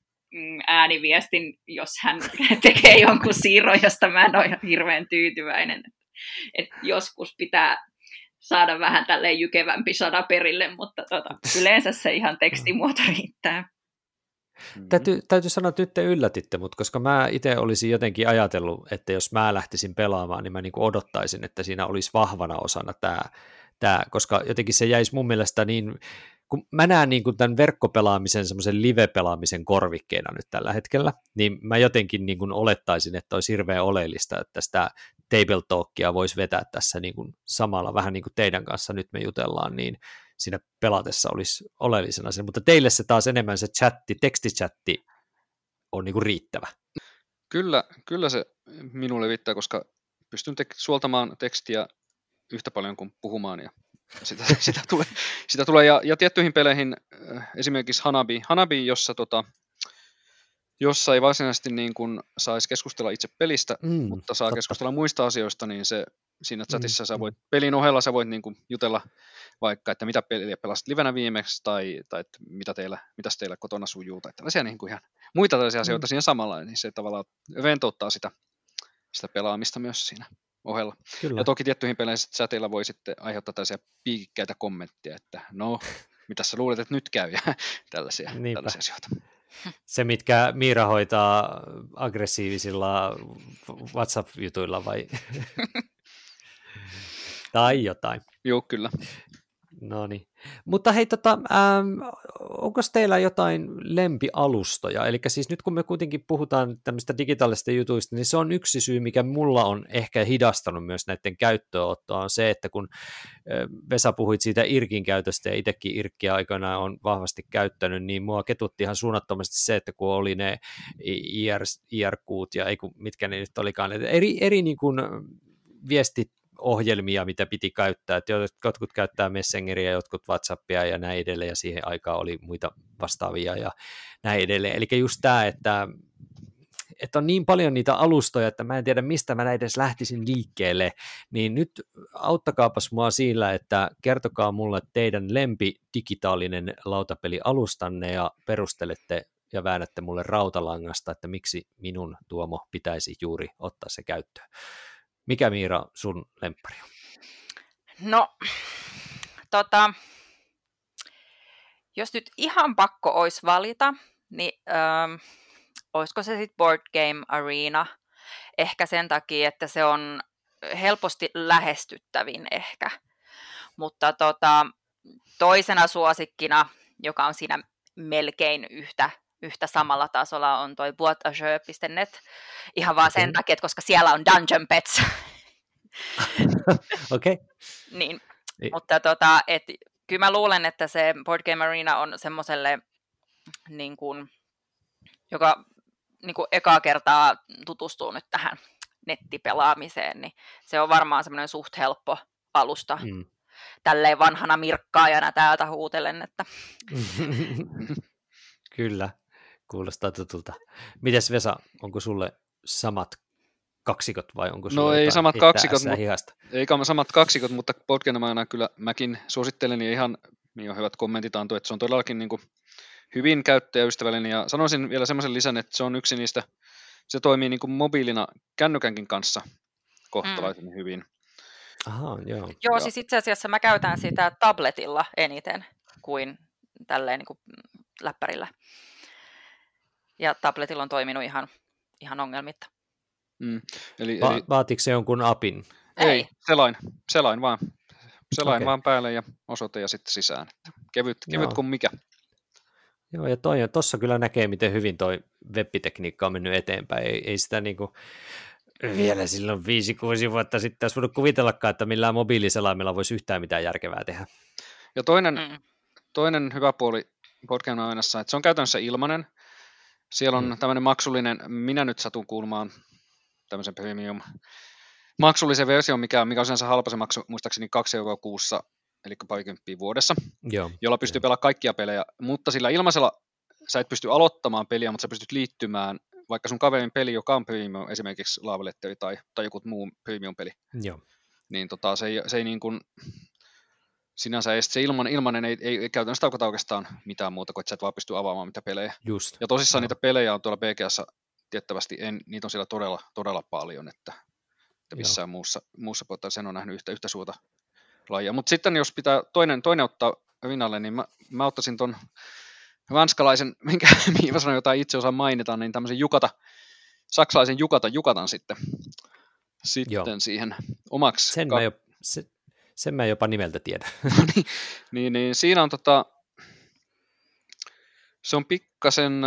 ääniviestin, jos hän tekee jonkun siirron, josta mä en ole hirveän tyytyväinen. Et joskus pitää saada vähän tälleen jykevämpi sana perille, mutta tota, yleensä se ihan tekstimuoto riittää. Täytyy, täytyy sanoa, että nyt te yllätitte, mutta koska mä itse olisin jotenkin ajatellut, että jos mä lähtisin pelaamaan, niin mä niin kuin odottaisin, että siinä olisi vahvana osana tämä, tämä, koska jotenkin se jäisi mun mielestä niin, kun mä näen niin kuin tämän verkkopelaamisen, semmoisen live-pelaamisen korvikkeena nyt tällä hetkellä, niin mä jotenkin niin kuin olettaisin, että olisi hirveän oleellista, että sitä table talkia voisi vetää tässä niin kuin samalla, vähän niin kuin teidän kanssa nyt me jutellaan, niin siinä pelatessa olisi oleellisena se, mutta teille se taas enemmän se chatti, tekstichatti on niin kuin riittävä. Kyllä, kyllä se minulle riittää, koska pystyn tek- suoltamaan tekstiä yhtä paljon kuin puhumaan ja sitä, sitä tulee. Sitä tulee ja, ja tiettyihin peleihin, esimerkiksi Hanabi, Hanabi jossa, tota, jossa ei varsinaisesti niin kuin saisi keskustella itse pelistä, mm, mutta saa totta. keskustella muista asioista, niin se siinä chatissa mm, sä voit, pelin ohella sä voit niin kuin jutella vaikka, että mitä peliä pelasit livenä viimeksi, tai, tai että mitä teillä, mitäs teillä kotona sujuu, tai tällaisia niin kuin ihan muita tällaisia mm. asioita siinä samalla, niin se tavallaan rentouttaa sitä, sitä pelaamista myös siinä ohella. Kyllä. Ja toki tiettyihin peleihin chatilla voi sitten aiheuttaa tällaisia piikikkäitä kommentteja, että no, mitä sä luulet, että nyt käy, ja tällaisia, tällaisia asioita. Se, mitkä Miira hoitaa aggressiivisilla WhatsApp-jutuilla vai? Tai jotain. Joo, kyllä. No niin. Mutta hei, tota, ähm, onko teillä jotain lempialustoja? Eli siis nyt kun me kuitenkin puhutaan tämmöistä digitaalisista jutuista, niin se on yksi syy, mikä mulla on ehkä hidastanut myös näiden käyttöönottoa, on se, että kun Vesa puhuit siitä Irkin käytöstä ja itsekin Irkkiä aikoinaan on vahvasti käyttänyt, niin mua ketutti ihan suunnattomasti se, että kun oli ne I R, I R Qt ja ei kun, mitkä ne nyt olikaan, eri, eri niin kuin viestit, ohjelmia, mitä piti käyttää, että jotkut käyttää Messengeria, jotkut WhatsAppia ja näin edelleen, ja siihen aikaan oli muita vastaavia ja näin edelleen. Eli just tämä, että, että on niin paljon niitä alustoja, että mä en tiedä, mistä mä näin edes lähtisin liikkeelle, niin nyt auttakaapas mua sillä, että kertokaa mulle teidän lempi digitaalinen lautapelialustanne ja perustelette ja väännätte mulle rautalangasta, että miksi minun Tuomo pitäisi juuri ottaa se käyttöön. Mikä, Miira, sun lemppari on? No, tota, jos nyt ihan pakko olisi valita, niin ähm, olisiko se sitten Board Game Arena? Ehkä sen takia, että se on helposti lähestyttävin ehkä. Mutta tota, toisena suosikkina, joka on siinä melkein yhtä, yhtä samalla tasolla, on toi boîte piste net. Ihan vaan sen takia, että koska siellä on Dungeon Pets. Okei. Okay. Niin, mutta tota, et, kyllä mä luulen, että se Board Game Arena on semmoiselle, niin kuin, joka niin kuin ekaa kertaa tutustuu nyt tähän nettipelaamiseen, niin se on varmaan semmoinen suht helppo alusta. Mm. Tälleen vanhana mirkkaajana täältä huutelen, että... Kyllä, kuulostaa tutulta. Mites Vesa, onko sulle samat kaksikot vai onko sulla no ei samat kaksikot, mutta, eikä samat kaksikot, mutta Board Game Arena kyllä mäkin suosittelen ja ihan niin on hyvät kommentit antu, että se on todellakin niin kuin hyvin käyttäjäystävällinen ja sanoisin vielä semmoisen lisän, että se on yksi niistä, se toimii niin kuin mobiilina kännykänkin kanssa kohtalaisen mm. hyvin. Aha, joo. Joo, ja. Siis itse asiassa mä käytän sitä tabletilla eniten kuin tälleen niin kuin läppärillä. Ja tabletilla on toiminut ihan, ihan ongelmitta. Mm. Eli, Va- eli... Vaatiko se jonkun apin? Ei, Ei. selain, selain vaan. Selain okay. vaan päälle ja osoite ja sitten sisään. Kevyt, kevyt kuin mikä. Joo, ja toi, tossa kyllä näkee, miten hyvin toi web-tekniikka on mennyt eteenpäin. Ei, ei sitä niinku vielä silloin viisi kuusi vuotta sitten olisi voinut kuvitellakaan, että millään mobiiliselaimella voisi yhtään mitään järkevää tehdä. Ja toinen, mm. toinen hyvä puoli Board Game Arenassa, että se on käytännössä ilmainen. Siellä on mm. tämmöinen maksullinen, minä nyt satun kuulumaan tämmöisen premium maksullisen version, mikä, mikä on sinänsä halpa, se maksu muistaakseni kaksi euroa kuussa, eli parikymppiä vuodessa, Joo, jolla pystyy jo. pelaamaan kaikkia pelejä, mutta sillä ilmaisella sä et pysty aloittamaan peliä, mutta sä pystyt liittymään, vaikka sun kaverin peli, joka on premium, esimerkiksi Love Letter tai, tai joku muu premium-peli, Joo. niin tota, se ei, se ei niin kuin, sinänsä ei, se ilman, ilmainen ei, ei, ei käytännössä tarkoita oikeastaan mitään muuta, kuin että sä et vaan pysty avaamaan mitä pelejä. Just. Ja tosissaan no. niitä pelejä on tuolla B G S:ssä tiettävästi, en, niitä on siellä todella, todella paljon, että, että missään muussa, muussa puolella sen on nähnyt yhtä, yhtä suurta lajia. Mutta sitten jos pitää toinen, toinen ottaa rinnalle, niin mä, mä ottaisin ton ranskalaisen, minkä mä sanoin jotain itse osaa mainita, niin tämmöisen Jukata, saksalaisen Jukata, Jukatan sitten, sitten siihen omaksi. Sen, ka- mä jo, se, sen mä jopa nimeltä tiedän. niin, niin, niin, siinä on tota, se on pikkasen,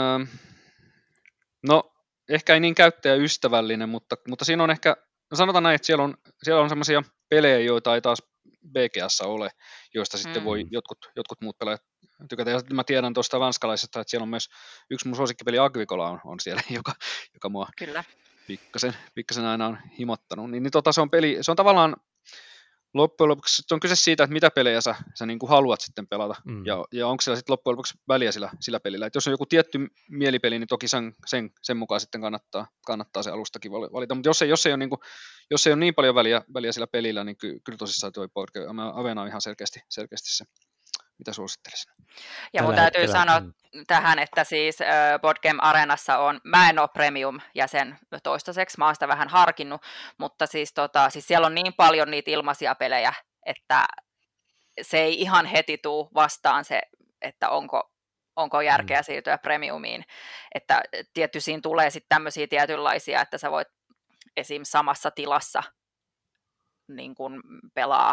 no ehkä ei niin käyttäjäystävällinen, mutta, mutta siinä on ehkä, no sanotaan näin, että siellä on, siellä on semmoisia pelejä, joita ei taas B G S ole, joista mm. sitten voi jotkut, jotkut muut pelaajat tykätä. Ja mä tiedän tuosta ranskalaisesta, että siellä on myös yksi mun suosikkipeli Agricola on, on siellä, joka, joka mua Kyllä. pikkasen, pikkasen aina on himottanut. Niin, niin tota, se on peli, se on tavallaan loppujen lopuksi on kyse siitä, että mitä pelejä sä, sä niin kuin haluat sitten pelata, mm. ja, ja onko siellä sitten loppujen lopuksi väliä sillä, sillä pelillä. Et jos on joku tietty mielipeli, niin toki sen, sen, sen mukaan sitten kannattaa, kannattaa se alustakin valita, mutta jos ei, jos ei, ole, niin kuin, jos ei ole niin paljon väliä, väliä sillä pelillä, niin ky, kyllä tosissaan tuo Board Game Arena on ihan selkeästi, selkeästi se, mitä suosittelisin. Ja mun täytyy hetkellä, sanoa mm. tähän, että siis Board Game Arenassa on, mä en ole premium-jäsen toistaiseksi, mä oon sitä vähän harkinnut, mutta siis, tota, siis siellä on niin paljon niitä ilmaisia pelejä, että se ei ihan heti tuu vastaan se, että onko, onko järkeä siirtyä premiumiin. Että tietysti siinä tulee sitten tämmöisiä tietynlaisia, että sä voit esim. Samassa tilassa niin kun pelaa,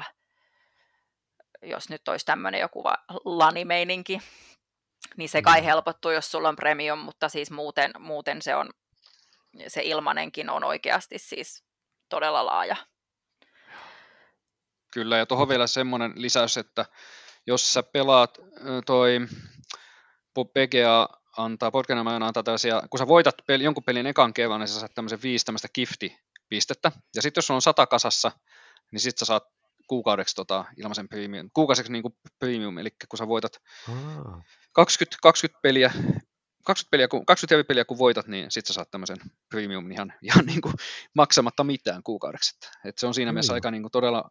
jos nyt olisi tämmöinen joku lanimeininki, niin se kai helpottuu, jos sulla on premium, mutta siis muuten, muuten se, on, se ilmanenkin on oikeasti siis todella laaja. Kyllä, ja tuohon vielä semmoinen lisäys, että jos sä pelaat toi P G A antaa, Podcastamaan antaa tällaisia, kun sä voitat peli, jonkun pelin ekan kevään, niin sä saat tämmöisen viisi tämmöistä gifti-pistettä, ja sitten jos sulla on sata kasassa, niin sit sä saat kuukaudeksi tota, ilmaisen premium, kuukaudeksi niin kuin premium, eli kun sä voitat ah. kaksikymmentä, kaksikymmentä peliä, kaksikymmentä peliä, kun, kaksikymmentä peliä kun voitat, niin sit sä saat tämmöisen premium ihan, ihan niin kuin maksamatta mitään kuukaudeksi. Et se on siinä mm. mielessä aika niin kuin todella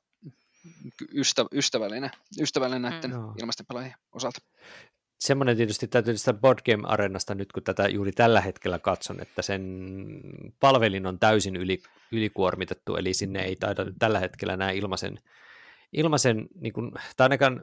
ystä, ystävällinen, ystävällinen näiden mm. ilmaisten pelaajien osalta. Semmoinen tietysti täytyy tästä Board Game Arenasta nyt, kun tätä juuri tällä hetkellä katson, että sen palvelin on täysin yli, ylikuormitettu, eli sinne ei taida tällä hetkellä nämä ilmaisen, ilmaisen niin kuin, tai ainakaan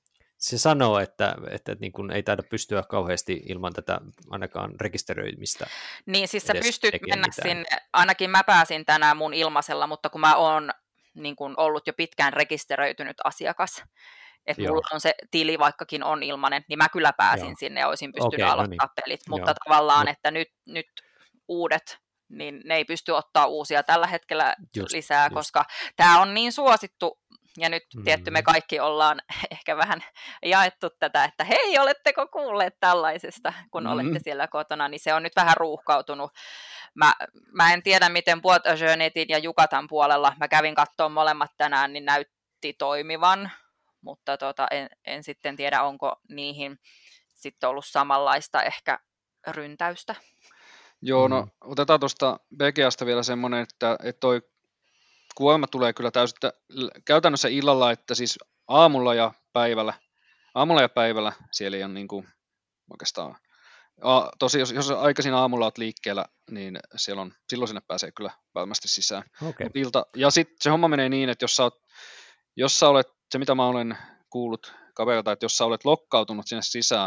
se sanoo, että, että niin kuin ei taida pystyä kauheasti ilman tätä ainakaan rekisteröimistä. Niin, siis sä pystyt mennä mitään. Sinne, ainakin mä pääsin tänään mun ilmaisella, mutta kun mä oon niin kuin ollut jo pitkään rekisteröitynyt asiakas, että mulla on se tili, vaikkakin on ilmainen, niin mä kyllä pääsin Joo. sinne ja olisin pystynyt okay, aloittaa no niin. pelit, mutta Joo. tavallaan, no. että nyt, nyt uudet, niin ne ei pysty ottaa uusia tällä hetkellä just, lisää, just. koska tämä on niin suosittu, ja nyt mm. tietty me kaikki ollaan ehkä vähän jaettu tätä, että hei, oletteko kuulleet tällaisesta, kun mm. olette siellä kotona, niin se on nyt vähän ruuhkautunut. Mä, mä en tiedä, miten Boîte ja Jukatan puolella, mä kävin katsomaan molemmat tänään, niin näytti toimivan, mutta tota, en, en sitten tiedä, onko niihin sitten ollut samanlaista ehkä ryntäystä. Joo, no otetaan tuosta B G A:sta vielä semmoinen, että, että toi kuolema tulee kyllä täysin, käytännössä illalla, että siis aamulla ja päivällä, aamulla ja päivällä siellä ei ole niin kuin oikeastaan, a, tosi jos, jos aikaisin aamulla olet liikkeellä, niin siellä on, silloin sinne pääsee kyllä välmästi sisään. Okay. Ilta, ja sitten se homma menee niin, että jos sä, oot, jos sä olet, se mitä mä olen kuullut kaverilta, että jos sä olet lokkautunut sinne sisään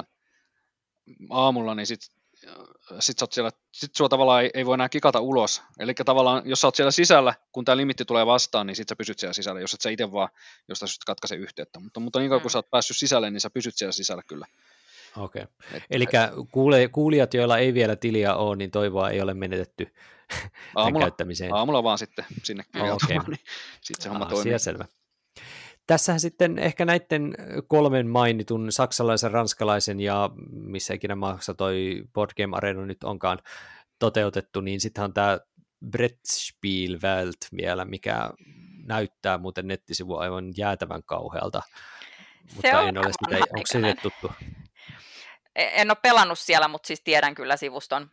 aamulla, niin sit sit, siellä, sit sua tavallaan ei, ei voi enää kikata ulos. Eli tavallaan, jos sä oot siellä sisällä, kun tämä limitti tulee vastaan, niin sit sä pysyt siellä sisällä, jos et sä itse vaan jostain syystä katkaise yhteyttä. Mutta, mutta niin kauan kun sä oot päässyt sisälle, niin sä pysyt siellä sisällä kyllä. Okei. Okay. Eli kuulijat, joilla ei vielä tiliä ole, niin toivoa ei ole menetetty aamulla, käyttämiseen. Aamulla vaan sitten sinne kirjautumaan, okay. niin sitten se homma toimii. Selvä. Tässähän sitten ehkä näiden kolmen mainitun saksalaisen, ranskalaisen ja missä ikinä maassa toi Board Game Arena nyt onkaan toteutettu, niin sittenhän on tämä Brettspielwelt vielä, mikä näyttää muuten nettisivu aivan jäätävän kauhealta, mutta en ole sitä, onko se tuttu? En ole pelannut siellä, mutta siis tiedän kyllä sivuston.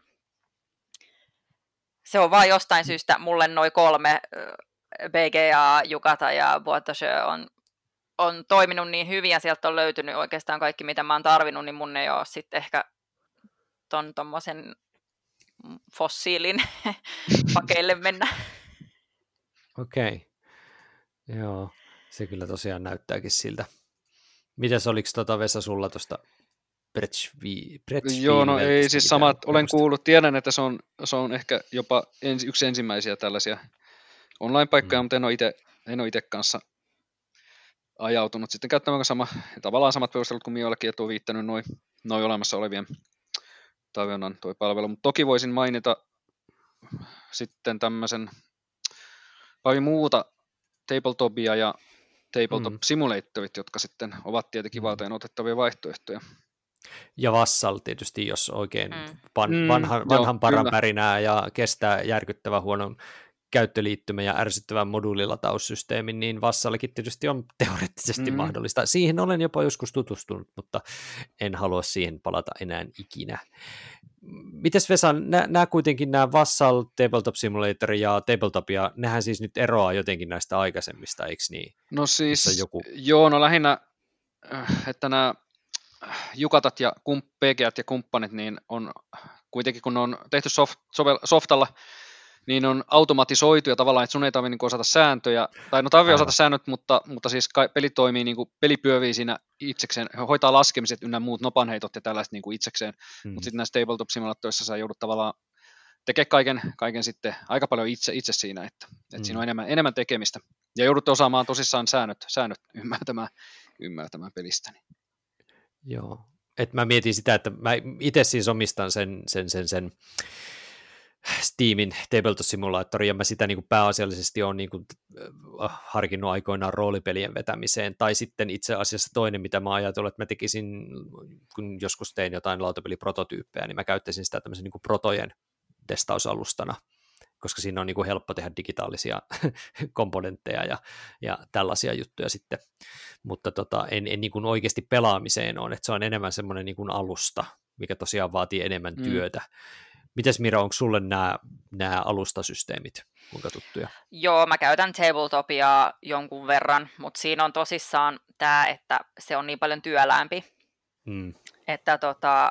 Se on vaan jostain syystä, mulle noi kolme, B G A, Jukata ja Boîte on on toiminut niin hyvin ja sieltä on löytynyt oikeastaan kaikki, mitä mä oon tarvinnut, niin mun ei ole sitten ehkä ton tommosen fossiilin pakeille mennä. Okei. Okay. Joo, se kyllä tosiaan näyttääkin siltä. Mitäs oliko tota Vesa sulla tuosta Brettspielwelt? Joo, no ei siis samat, olen kuullut, tiedän, että se on, se on ehkä jopa ens, yksi ensimmäisiä tällaisia online-paikkoja, mm. mutta en ole ite, en ole itse kanssa ajautunut sitten käyttämään sama, tavallaan samat perustelut kuin minullekin, että on viittänyt noin noi olemassa olevien tarjonnan tuo palvelu. Mutta toki voisin mainita sitten tämmöisen pari muuta Tabletopia ja Tabletop mm. Simulatorit, jotka sitten ovat tietenkin mm. valteen otettavia vaihtoehtoja. Ja Vassal tietysti, jos oikein Mm. van, Mm, vanhan, vanhan joo, paran kyllä. pärinää ja kestää järkyttävän huonon käyttöliittymän ja ärsyttävän moduulilatausysteemin, niin Vassallekin tietysti on teoreettisesti Mm. mahdollista. Siihen olen jopa joskus tutustunut, mutta en halua siihen palata enää ikinä. Mites Vesa, nämä kuitenkin nämä Vassal, Tabletop Simulator ja Tabletopia, nehän siis nyt eroaa jotenkin näistä aikaisemmista, eikö niin? No siis, joku... joo, no lähinnä, että nämä Jukatat ja kump, P G ja kumppanit, niin on kuitenkin, kun ne on tehty soft, sovel, softalla, niin on automatisoitu ja tavallaan, että sun ei tarvitse niin osata sääntöjä, tai no tarvitsee osata säännöt, mutta, mutta siis peli toimii, niin kuin, peli pyövii siinä itsekseen, hoitaa laskemiset ynnä muut nopanheitot ja tällaiset niin kuin itsekseen, mm. mutta sitten näissä tabletop simulaattorissa sä joudut tavallaan tekemään kaiken, kaiken sitten aika paljon itse, itse siinä, että, että mm. siinä on enemmän, enemmän tekemistä, ja joudut osaamaan tosissaan säännöt, säännöt ymmärtämään, ymmärtämään pelistä. Joo, että mä mietin sitä, että mä itse siis omistan sen, sen, sen, sen Steamin Tabletop-simulaattori, ja mä sitä niin kuin pääasiallisesti olen niin kuin harkinnut aikoinaan roolipelien vetämiseen, tai sitten itse asiassa toinen, mitä mä ajattelin, että mä tekisin, kun joskus tein jotain lautapeliprototyyppejä, niin mä käyttäisin sitä tämmöisen niin kuin protojen testausalustana, koska siinä on niin kuin helppo tehdä digitaalisia komponentteja ja, ja tällaisia juttuja sitten, mutta tota, en, en niin kuin oikeasti pelaamiseen ole, että se on enemmän semmoinen niin kuin alusta, mikä tosiaan vaatii enemmän mm. työtä. Mites Mira, onko sulle nämä, nämä alustasysteemit kuinka tuttuja? Joo, mä käytän Tabletopia jonkun verran, mutta siinä on tosissaan tämä, että se on niin paljon työläämpi, mm. että tota,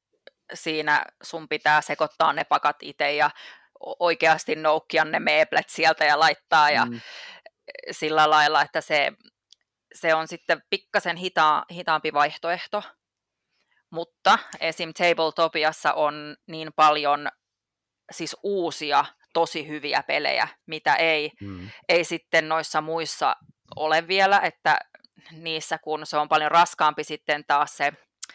siinä sun pitää sekoittaa ne pakat itse ja oikeasti noukkia ne meeplet sieltä ja laittaa ja mm. sillä lailla, että se, se on sitten pikkasen hita, hitaampi vaihtoehto. Mutta esim. Tabletopiassa on niin paljon siis uusia, tosi hyviä pelejä, mitä ei, mm. ei sitten noissa muissa ole vielä, että niissä kun se on paljon raskaampi sitten taas se,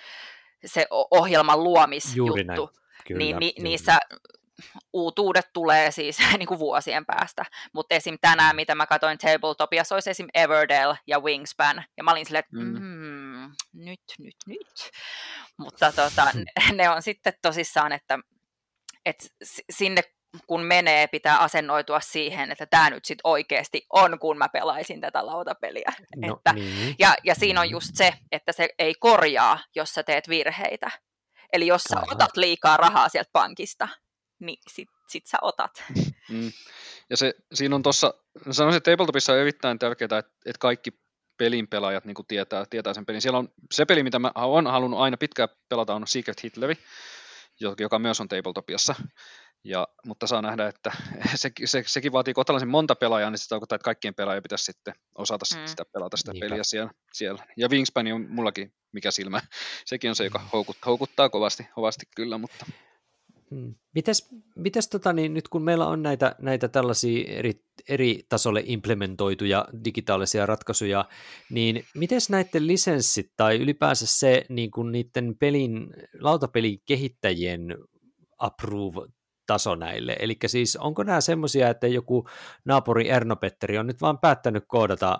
se ohjelman luomisjuttu, niin ni, niissä uutuudet tulee siis niin kuin vuosien päästä. Mutta esim. Tänään, mitä mä katsoin Tabletopiassa, olisi esim. Everdell ja Wingspan, ja mä olin silleen, että mm. mm, nyt, nyt, nyt. Mutta tota, ne, ne on sitten tosissaan, että, että sinne kun menee, pitää asennoitua siihen, että tämä nyt sitten oikeasti on, kun mä pelaisin tätä lautapeliä. No, että, niin. ja, ja siinä on just se, että se ei korjaa, jos sä teet virheitä. Eli jos sä Aha. otat liikaa rahaa sieltä pankista, niin sit, sit sä otat. Mm. Ja se, siinä on tuossa, sanoisin, että Tabletopissa on erittäin tärkeää, että, että kaikki pelin pelaajat niin kuin tietää, tietää sen pelin. Siellä on se peli, mitä mä oon halunnut aina pitkään pelata, on Secret Hitleri, joka myös on Tabletopiassa. Ja, mutta saa nähdä, että se, se, sekin vaatii kohtalaisen monta pelaajaa, niin se tarkoittaa, että kaikkien pelaajia pitäisi sitten osata mm. sitä pelata sitä Niinpä. peliä siellä, siellä. Ja Wingspan on mullakin mikä silmä. Sekin on se, joka houkuttaa, houkuttaa kovasti, kovasti kyllä, mutta... Hmm. Mites, mites tota, niin nyt kun meillä on näitä, näitä tällaisia eri, eri tasolle implementoituja digitaalisia ratkaisuja, niin mites näiden lisenssit tai ylipäänsä se niin kuin niiden pelin, lautapelin kehittäjien approve-taso näille? Eli siis onko nämä semmoisia, että joku naapuri Erno-Petteri on nyt vaan päättänyt koodata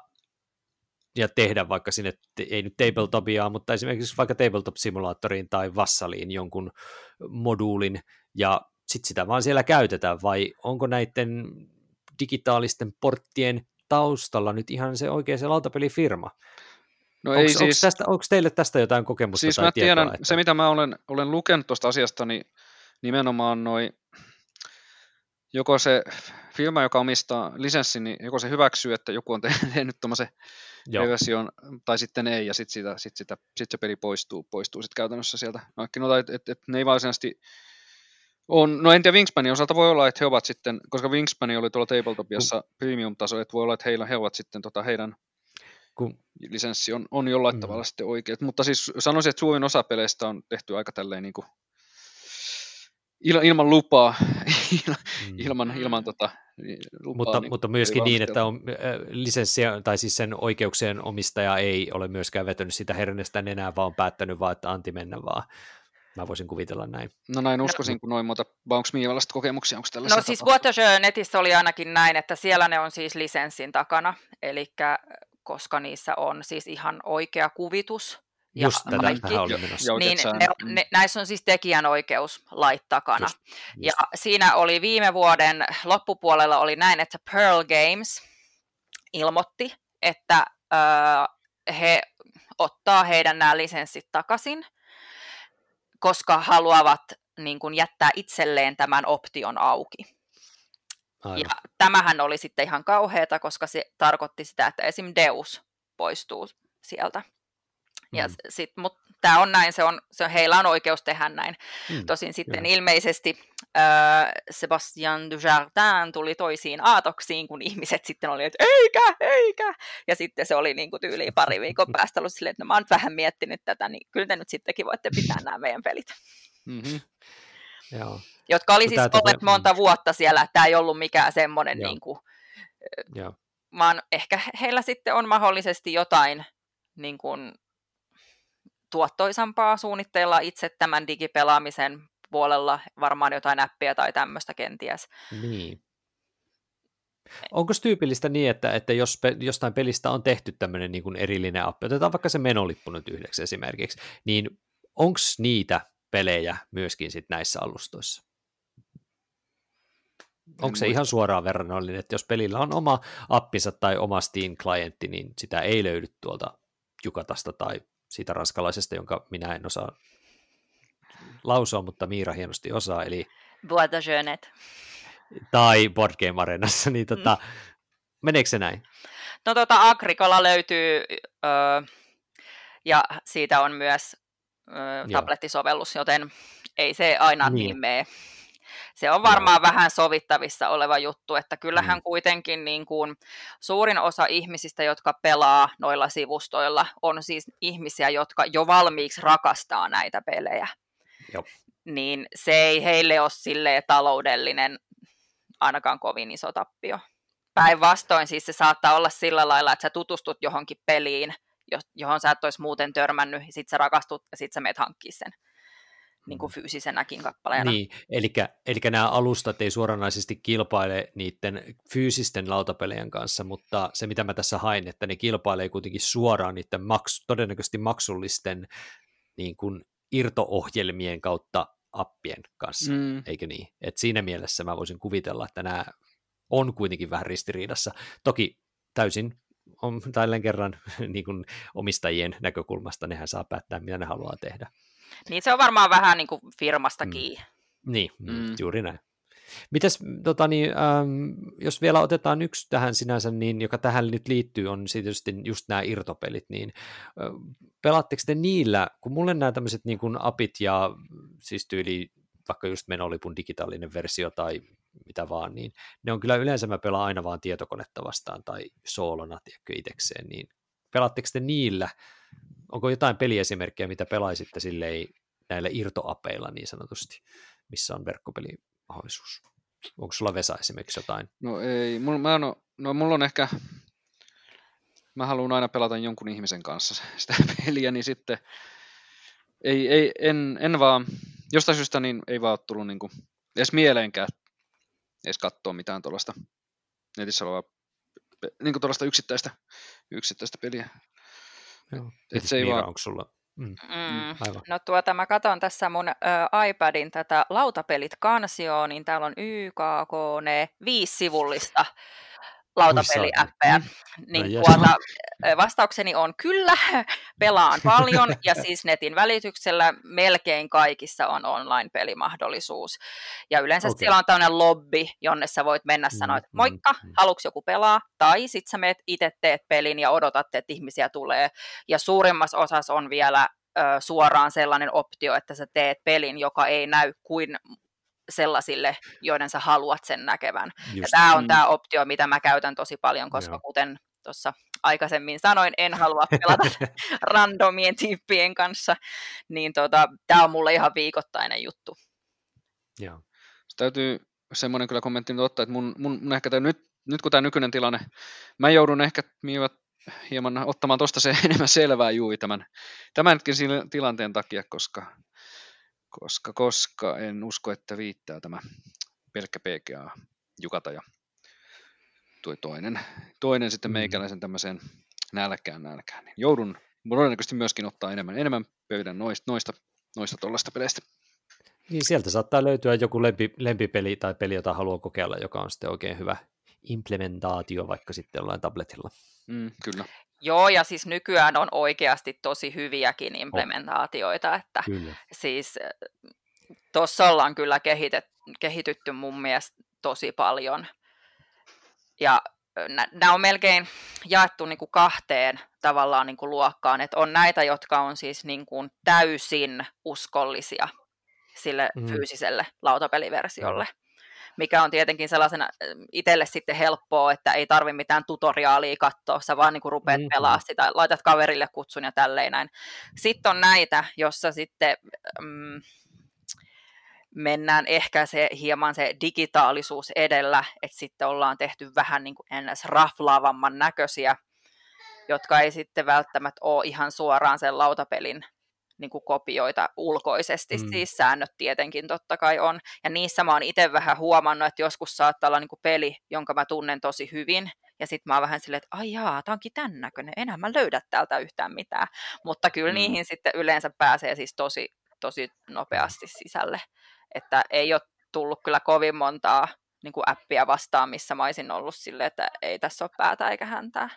ja tehdä vaikka sinne, ei nyt Tabletopiaa, mutta esimerkiksi vaikka Tabletop-simulaattoriin tai Vassaliin jonkun moduulin, ja sitten sitä vaan siellä käytetään, vai onko näiden digitaalisten porttien taustalla nyt ihan se oikea se lautapelifirma? No onko, ei siis, onko, tästä, onko teille tästä jotain kokemusta siis tai mä tietoa? Tiedän, että... se mitä mä olen, olen lukenut tuosta asiasta, niin nimenomaan noi, joko se firma, joka omistaa lisenssin, niin joko se hyväksyy, että joku on tehnyt tuommoisen version, tai sitten ei, ja sitten sitä, sit sitä, sit se peli poistuu, poistuu sitten käytännössä sieltä markkinoilta, että et, et ne ei varsinaisesti on, no en tiedä, Wingspanin osalta voi olla, että he ovat sitten, koska Wingspani oli tuolla Tabletopiassa premium-taso, että voi olla, että heillä, he ovat sitten tota heidän kun lisenssi on, on jollain mm. tavalla sitten oikeat, mutta siis sanoisin, että suurin osa peleistä on tehty aika tälleen niin kuin il, ilman lupaa, mm. ilman, ilman tota, lupaa. Mutta, niin, mutta myöskin niin, että on, äh, lisenssiä, tai siis sen oikeuksien omistaja ei ole myöskään vetänyt sitä hernestään enää, vaan on päättänyt vaan, että anti mennä vaan. Mä voisin kuvitella näin. No näin uskoisin, no. kun noin muuta, vai onko millaista kokemuksia, onko tällaisia? No siis Watershare netissä oli ainakin näin, että siellä ne on siis lisenssin takana, eli koska niissä on siis ihan oikea kuvitus, Just tätä vähän oli menossa. Niin ne, ne, näissä on siis tekijänoikeuslait takana. Just, just. Ja siinä oli viime vuoden loppupuolella oli näin, että Pearl Games ilmoitti, että äh, he ottaa heidän nämä lisenssit takaisin, koska haluavat niin kuin, jättää itselleen tämän option auki. Aivan. Ja tämähän oli sitten ihan kauheata, koska se tarkoitti sitä, että esim. Deus poistuu sieltä. Ja mm. sit, mutta tämä on näin, se on, se, heillä on oikeus tehdä näin. Mm. Tosin sitten ja. ilmeisesti äh, Sébastien Dujardin tuli toisiin aatoksiin, kun ihmiset sitten oli, että eikä, eikä. Ja sitten se oli niin kuin tyyliin pari viikon päästä ollut silleen, että no, mä oon vähän miettinyt tätä, niin kyllä te nyt sittenkin voitte pitää nämä meidän pelit. Mm-hmm. Joo. Jotka oli siis olleet monta vuotta siellä, että tämä ei ollut mikään semmoinen, niin kuin, vaan ehkä heillä sitten on mahdollisesti jotain niin kuin, tuottoisampaa suunnitteilla itse tämän digipelaamisen puolella, varmaan jotain appia tai tämmöistä kenties. Niin. Onko tyypillistä niin, että, että jos pe- jostain pelistä on tehty tämmöinen niin kuin erillinen appi, otetaan vaikka se menolippu nyt yhdeksi esimerkiksi, niin onko niitä pelejä myöskin sit näissä alustoissa? Onko se ihan suoraan verrannollinen, että jos pelillä on oma appinsa tai oma Steam-klientti, niin sitä ei löydy tuolta Jukatasta tai siitä ranskalaisesta, jonka minä en osaa lausua, mutta Miira hienosti osaa, eli Bois de Jeunette. Tai Board Game Arenassa, niin tota, mm. meneekö se näin? No tota Agricola löytyy, öö, ja siitä on myös öö, tablettisovellus, joten ei se aina niin, niin mene. Se on varmaan no. vähän sovittavissa oleva juttu, että kyllähän mm. kuitenkin niin kuin suurin osa ihmisistä, jotka pelaa noilla sivustoilla, on siis ihmisiä, jotka jo valmiiksi rakastaa näitä pelejä. Joo. Niin se ei heille ole silleen taloudellinen ainakaan kovin iso tappio. Päinvastoin siis se saattaa olla sillä lailla, että sä tutustut johonkin peliin, johon sä et olisi muuten törmännyt, ja sit sä rakastut ja sit sä meet hankkimaan sen. Niin kuin fyysisenäkin kappaleena. Niin, eli, eli nämä alustat ei suoranaisesti kilpaile niiden fyysisten lautapelien kanssa, mutta se mitä mä tässä hain, että ne kilpailee kuitenkin suoraan niiden maksu, todennäköisesti maksullisten niin kuin irto-ohjelmien kautta appien kanssa, mm. eikö niin? Et siinä mielessä mä voisin kuvitella, että nämä on kuitenkin vähän ristiriidassa. Toki täysin on tälleen kerran niin kuin omistajien näkökulmasta, nehän saa päättää, mitä ne haluaa tehdä. Niin se on varmaan vähän niin kuin firmasta kiinni. Mm. Niin, mm. juuri näin. Mitäs, tota niin, ähm, jos vielä otetaan yksi tähän sinänsä, niin, joka tähän nyt liittyy, on tietysti just nämä irtopelit, niin äh, pelaatteko te niillä, kun mulle nämä tämmöiset niin kuin apit ja siis tyyli vaikka just menolipun digitaalinen versio tai mitä vaan, niin ne on kyllä yleensä mä pelaan aina vaan tietokonetta vastaan tai soolona, tiedätkö, itsekseen, niin pelaatteko te niillä? Onko jotain peliesimerkkejä, mitä pelaisitte silleen näillä irtoapeilla niin sanotusti, missä on verkkopelimahdollisuus? Onko sulla Vesa esimerkiksi jotain? No ei, mulla, mä on, no mulla on ehkä, mä haluan aina pelata jonkun ihmisen kanssa sitä peliä, niin sitten ei, ei, en, en vaan, jostain syystä niin ei vaan ole tullut niin kuin, edes mieleenkään edes katsoa mitään tuollaista netissä olevaa, niin kuin tuollaista yksittäistä, yksittäistä peliä. Joo. Et se ei Miira, vaan... onko sulla? Mm. Mm. No tuota, mä katson tässä mun ö, iPadin tätä lautapelit-kansioon, niin täällä on Y, K, K, ne viisi sivullista lautapeliäppejä. Niin no, tuota, vastaukseni on kyllä, pelaan paljon, ja siis netin välityksellä melkein kaikissa on online-pelimahdollisuus. Ja yleensä okay. siellä on tämmöinen lobby, jonne sä voit mennä sanoa, että moikka, mm, mm. haluatko joku pelaa? Tai sit sä meet itse teet pelin ja odotat, että ihmisiä tulee. Ja suurimmassa osassa on vielä ö, suoraan sellainen optio, että sä teet pelin, joka ei näy kuin sellaisille, joiden sä haluat sen näkevän. Just, ja tämä on mm. tämä optio, mitä mä käytän tosi paljon, koska Joo. kuten tuossa aikaisemmin sanoin, en halua pelata randomien tyyppien kanssa, niin tota, tämä on mulle ihan viikoittainen juttu. Joo. Se täytyy semmoinen kyllä kommentti nyt ottaa, että mun, mun, mun ehkä tämä, nyt, nyt kun tämä nykyinen tilanne, mä joudun ehkä hieman ottamaan tuosta se enemmän selvää juuri tämän, tämänkin tilanteen takia, koska Koska, koska en usko, että viittää tämä pelkkä P G A Jukata ja tuo toinen, toinen sitten meikäläisen tämmöiseen nälkään nälkään. Niin joudun todennäköisesti myöskin ottaa enemmän, enemmän pöydän noista, noista, noista tuollaista peleistä. Niin sieltä saattaa löytyä joku lempi, lempipeli tai peli, jota haluaa kokeilla, joka on sitten oikein hyvä implementaatio vaikka sitten jollain tabletilla. Mm, kyllä. Joo, ja siis nykyään on oikeasti tosi hyviäkin implementaatioita, että kyllä. siis tuossa ollaan kyllä kehitet, kehitytty mun mielestä tosi paljon. Ja nämä on melkein jaettu niin kuin kahteen tavallaan niin kuin luokkaan, että on näitä, jotka on siis niin kuin täysin uskollisia sille mm. fyysiselle lautapeliversiolle, mm. mikä on tietenkin sellaisena itselle sitten helppoa, että ei tarvitse mitään tutoriaalia katsoa, sä vaan niin kuin rupeat mm. pelaamaan sitä, laitat kaverille kutsun ja tälleen näin. Sitten on näitä, jossa sitten mm, mennään ehkä se hieman se digitaalisuus edellä, että sitten ollaan tehty vähän niin kuin ennäs raflaavamman näköisiä, jotka ei sitten välttämättä ole ihan suoraan sen lautapelin niin kuin kopioita ulkoisesti, mm. siis säännöt tietenkin totta kai on, ja niissä mä oon itse vähän huomannut, että joskus saattaa olla niin kuin peli, jonka mä tunnen tosi hyvin, ja sitten mä oon vähän silleen, että ai jaa, tää onkin tän näköinen, enää mä löydä täältä yhtään mitään, mutta kyllä mm. niihin sitten yleensä pääsee siis tosi, tosi nopeasti sisälle, että ei ole tullut kyllä kovin montaa niin kuin appia vastaan, missä mä olisin ollut silleen, että ei tässä ole päätä eikä häntää.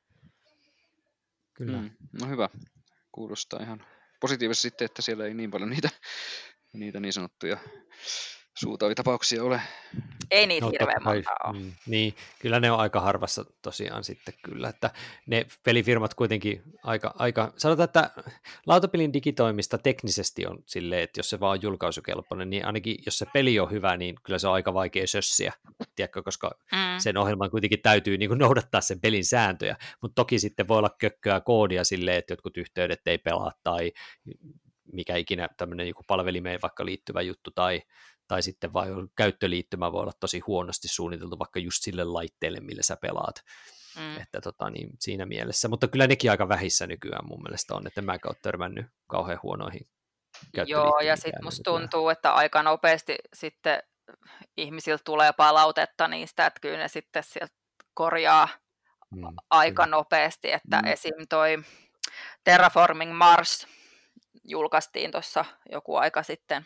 Kyllä. Mm, no hyvä, kuulostaa ihan positiivisesti sitten, että siellä ei niin paljon niitä, niitä niin sanottuja suutaavitapauksia ole. Ei niitä no, hirveän monta ole. Mm, niin, kyllä ne on aika harvassa tosiaan sitten kyllä, että ne pelifirmat kuitenkin aika, aika sanotaan, että lautapelin digitoimista teknisesti on silleen, että jos se vaan on julkaisukelpoinen, niin ainakin jos se peli on hyvä, niin kyllä se on aika vaikea sössiä, tiedätkö, koska mm. sen ohjelman kuitenkin täytyy niin kuin noudattaa sen pelin sääntöjä, mutta toki sitten voi olla kökköä koodia silleen, että jotkut yhteydet ei pelaa tai mikä ikinä tämmöinen joku palvelimeen vaikka liittyvä juttu tai tai sitten vai käyttöliittymä voi olla tosi huonosti suunniteltu vaikka just sille laitteelle, millä sä pelaat. Mm. Että tota, niin, siinä mielessä. Mutta kyllä nekin aika vähissä nykyään mun mielestä on, että en mäkään ole törmännyt kauhean huonoihin käyttöliittymiin. Joo, ja sitten musta tuntuu, että aika nopeasti sitten ihmisiltä tulee palautetta niistä, että kyllä ne sitten sieltä korjaa mm, aika kyllä. nopeasti, että mm. esim. Toi Terraforming Mars julkaistiin tuossa joku aika sitten.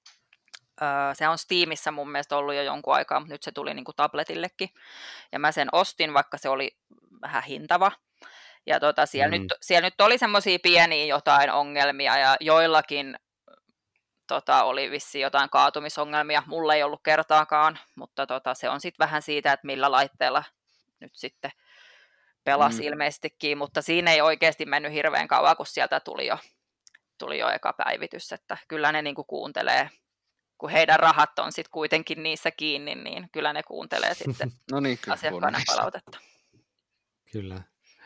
Se on Steamissa mun mielestä ollut jo jonkun aikaa, mutta nyt se tuli niin kuin tabletillekin. Ja mä sen ostin, vaikka se oli vähän hintava. Ja tota, siellä, mm. nyt, siellä nyt oli semmoisia pieniä jotain ongelmia, ja joillakin tota, oli vissiin jotain kaatumisongelmia. Mulla ei ollut kertaakaan, mutta tota, se on sitten vähän siitä, että millä laitteella nyt sitten pelasi mm. ilmeisestikin. Mutta siinä ei oikeasti mennyt hirveän kauan, kun sieltä tuli jo, tuli jo eka päivitys. Että kyllä ne niin kuin kuuntelee. Kun heidän rahat on sitten kuitenkin niissä kiinni, niin kyllä ne kuuntelee sitten no niin, asiakkaana palautetta. Kyllä.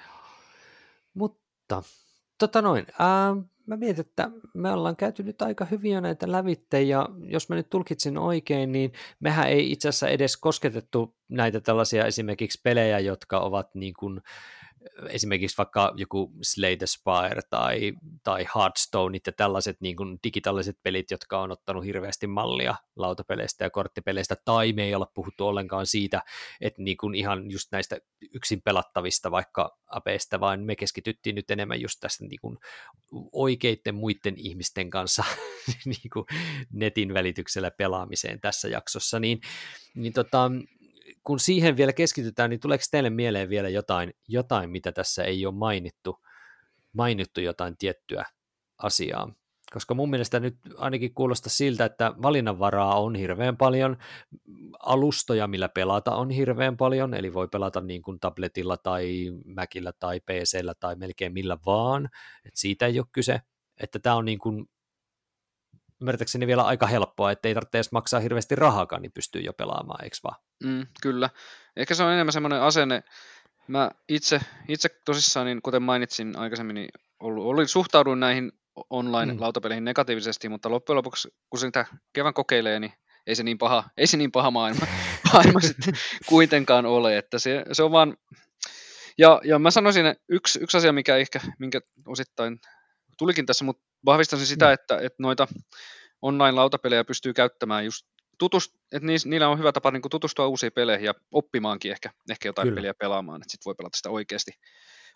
Mutta, tota noin, ää, mä mietin, että me ollaan käyty nyt aika hyviä näitä lävitte, ja jos mä nyt tulkitsin oikein, niin mehän ei itse asiassa edes kosketettu näitä tällaisia esimerkiksi pelejä, jotka ovat niin kuin esimerkiksi vaikka joku Slay the Spire tai, tai Hearthstoneit ja tällaiset niin kuin digitaaliset pelit, jotka on ottanut hirveästi mallia lautapeleistä ja korttipeleistä, tai me ei olla puhuttu ollenkaan siitä, että niin kuin ihan just näistä yksin pelattavista vaikka apeista, vaan me keskityttiin nyt enemmän just tästä niin kuin oikeiden muiden ihmisten kanssa niin kuin netin välityksellä pelaamiseen tässä jaksossa, niin, niin tota, kun siihen vielä keskitytään, niin tuleeko teille mieleen vielä jotain, jotain mitä tässä ei ole mainittu, mainittu jotain tiettyä asiaa? Koska mun mielestä nyt ainakin kuulostaa siltä, että valinnanvaraa on hirveän paljon, alustoja, millä pelata on hirveän paljon, eli voi pelata niin kuin tabletilla tai Macillä tai P C:llä tai melkein millä vaan, että siitä ei ole kyse, että tämä on niin kuin ymmärtääkseni vielä aika helppoa, ettei tarvitse edes maksaa hirveästi rahaakaan, niin pystyy jo pelaamaan, eikö vaan? Mm, kyllä. Ehkä se on enemmän semmoinen asenne. Mä itse, itse tosissaan, niin kuten mainitsin aikaisemmin, niin ollut, ollut, suhtauduin näihin online-lautapeleihin mm. negatiivisesti, mutta loppujen lopuksi, kun sitä kevään kokeilee, niin ei se niin paha, ei se niin paha maailma, maailma sitten kuitenkaan ole, että se, se on vaan, ja, ja mä sanoisin, että yksi, yksi asia, mikä ehkä, minkä osittain tulikin tässä, mutta vahvistaisin sitä, mm. että, että noita online-lautapelejä pystyy käyttämään just tutust, että niillä on hyvä tapa niin kuin tutustua uusiin peleihin ja oppimaankin ehkä, ehkä jotain Kyllä. peliä pelaamaan, että sitten voi pelata sitä oikeasti,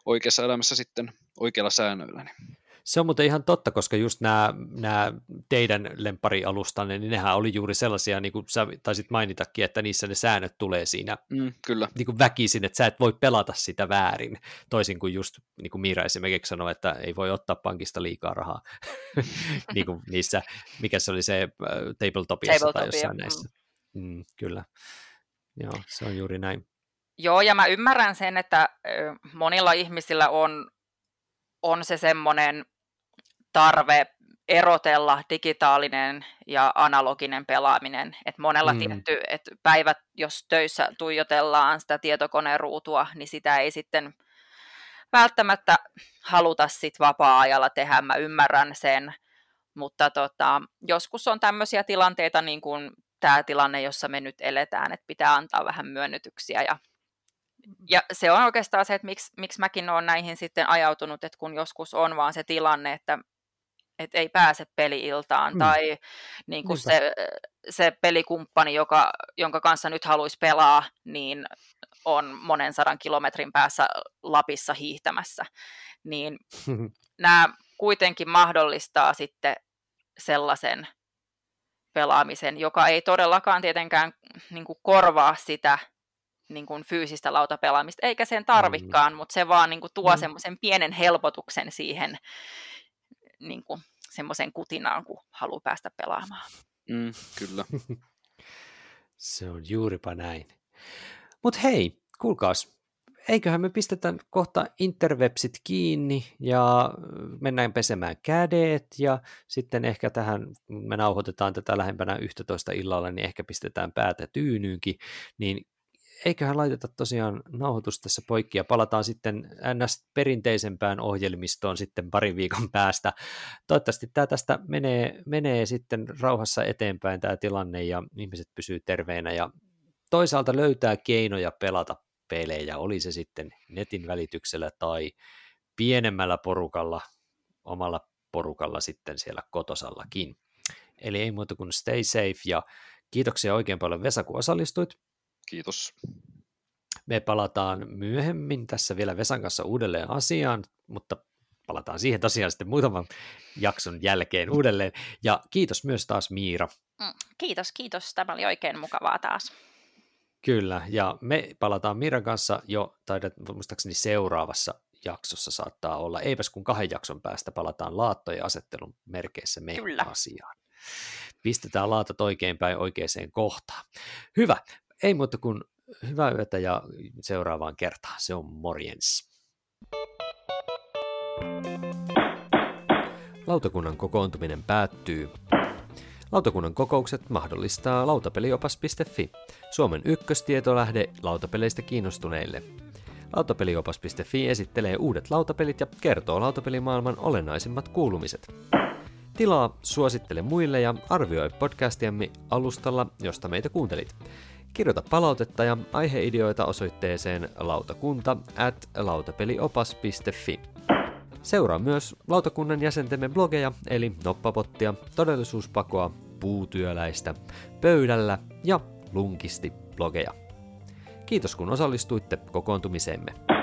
oikeassa elämässä sitten oikealla säännöillä. Niin. Se on muuten ihan totta, koska just nämä, nämä teidän lempparialustanne, niin nehän oli juuri sellaisia, niin kuin sä taisit mainitakin, että niissä ne säännöt tulee siinä mm, kyllä. Niin kuin väkisin, että sä et voi pelata sitä väärin, toisin kuin just niin kuin Miira esimerkiksi sanoi, että ei voi ottaa pankista liikaa rahaa, niin kuin niissä, mikä se oli se äh, Tabletopissa tai jossain näissä. Mm, kyllä, joo, se on juuri näin. Joo, ja mä ymmärrän sen, että monilla ihmisillä on, on se semmoinen tarve erotella digitaalinen ja analoginen pelaaminen. Et monella mm. tietty, että päivät, jos töissä tuijotellaan sitä tietokoneen ruutua, niin sitä ei sitten välttämättä haluta sit vapaa-ajalla tehdä. Mä ymmärrän sen, mutta tota, joskus on tämmöisiä tilanteita, niin kuin tämä tilanne, jossa me nyt eletään, että pitää antaa vähän myönnytyksiä. Ja, ja se on oikeastaan se, että miksi, miksi mäkin olen näihin sitten ajautunut, että kun joskus on vaan se tilanne, että että ei pääse peli-iltaan, mm. tai niin kuin se, se pelikumppani, joka, jonka kanssa nyt haluaisi pelaa, niin on monen sadan kilometrin päässä Lapissa hiihtämässä. Niin nämä kuitenkin mahdollistaa sitten sellaisen pelaamisen, joka ei todellakaan tietenkään niin kuin korvaa sitä niin kuin fyysistä lautapelaamista, eikä sen tarvikaan, mm. mutta se vaan niin kuin tuo mm. semmoisen pienen helpotuksen siihen niin kuin semmoisen kutinaan, kun haluaa päästä pelaamaan. Mm, kyllä. Se on juuripa näin. Mutta hei, kuulkaas, eiköhän me pistetä kohta interwebsit kiinni ja mennään pesemään kädet ja sitten ehkä tähän, me nauhoitetaan tätä lähempänä yksitoista illalla, niin ehkä pistetään päätä tyynyynkin, niin eiköhän laiteta tosiaan nauhoitus tässä poikki ja palataan sitten ns. Perinteisempään ohjelmistoon sitten parin viikon päästä. Toivottavasti tämä tästä menee, menee sitten rauhassa eteenpäin tämä tilanne ja ihmiset pysyy terveinä ja toisaalta löytää keinoja pelata pelejä, oli se sitten netin välityksellä tai pienemmällä porukalla, omalla porukalla sitten siellä kotosallakin. Eli ei muuta kuin stay safe ja kiitoksia oikein paljon Vesa, kun osallistuit. Kiitos. Me palataan myöhemmin tässä vielä Vesan kanssa uudelleen asiaan, mutta palataan siihen tosiaan sitten muutaman jakson jälkeen uudelleen. Ja kiitos myös taas Miira. Kiitos, kiitos. Tämä oli oikein mukavaa taas. Kyllä, ja me palataan Miiran kanssa jo, taidat muistaakseni seuraavassa jaksossa saattaa olla, eipäs kun kahden jakson päästä palataan laattojen asettelun merkeissä me Kyllä. asiaan. Pistetään laatat oikein päin oikeaan kohtaan. Hyvä. Ei muuta kuin hyvää yötä ja seuraavaan kertaan. Se on morjens. Lautakunnan kokoontuminen päättyy. Lautakunnan kokoukset mahdollistaa lautapeliopas piste fi, Suomen ykköstietolähde lautapeleistä kiinnostuneille. Lautapeliopas piste fi esittelee uudet lautapelit ja kertoo lautapelimaailman olennaisimmat kuulumiset. Tilaa, suosittele muille ja arvioi podcastiamme alustalla, josta meitä kuuntelit. Kirjoita palautetta ja aiheideoita osoitteeseen lautakunta at lautapeliopas piste fi. Seuraa myös lautakunnan jäsentemme blogeja, eli Noppapottia, Todellisuuspakoa, Puutyöläistä, Pöydällä ja Lunkisti blogeja. Kiitos kun osallistuitte kokoontumiseemme.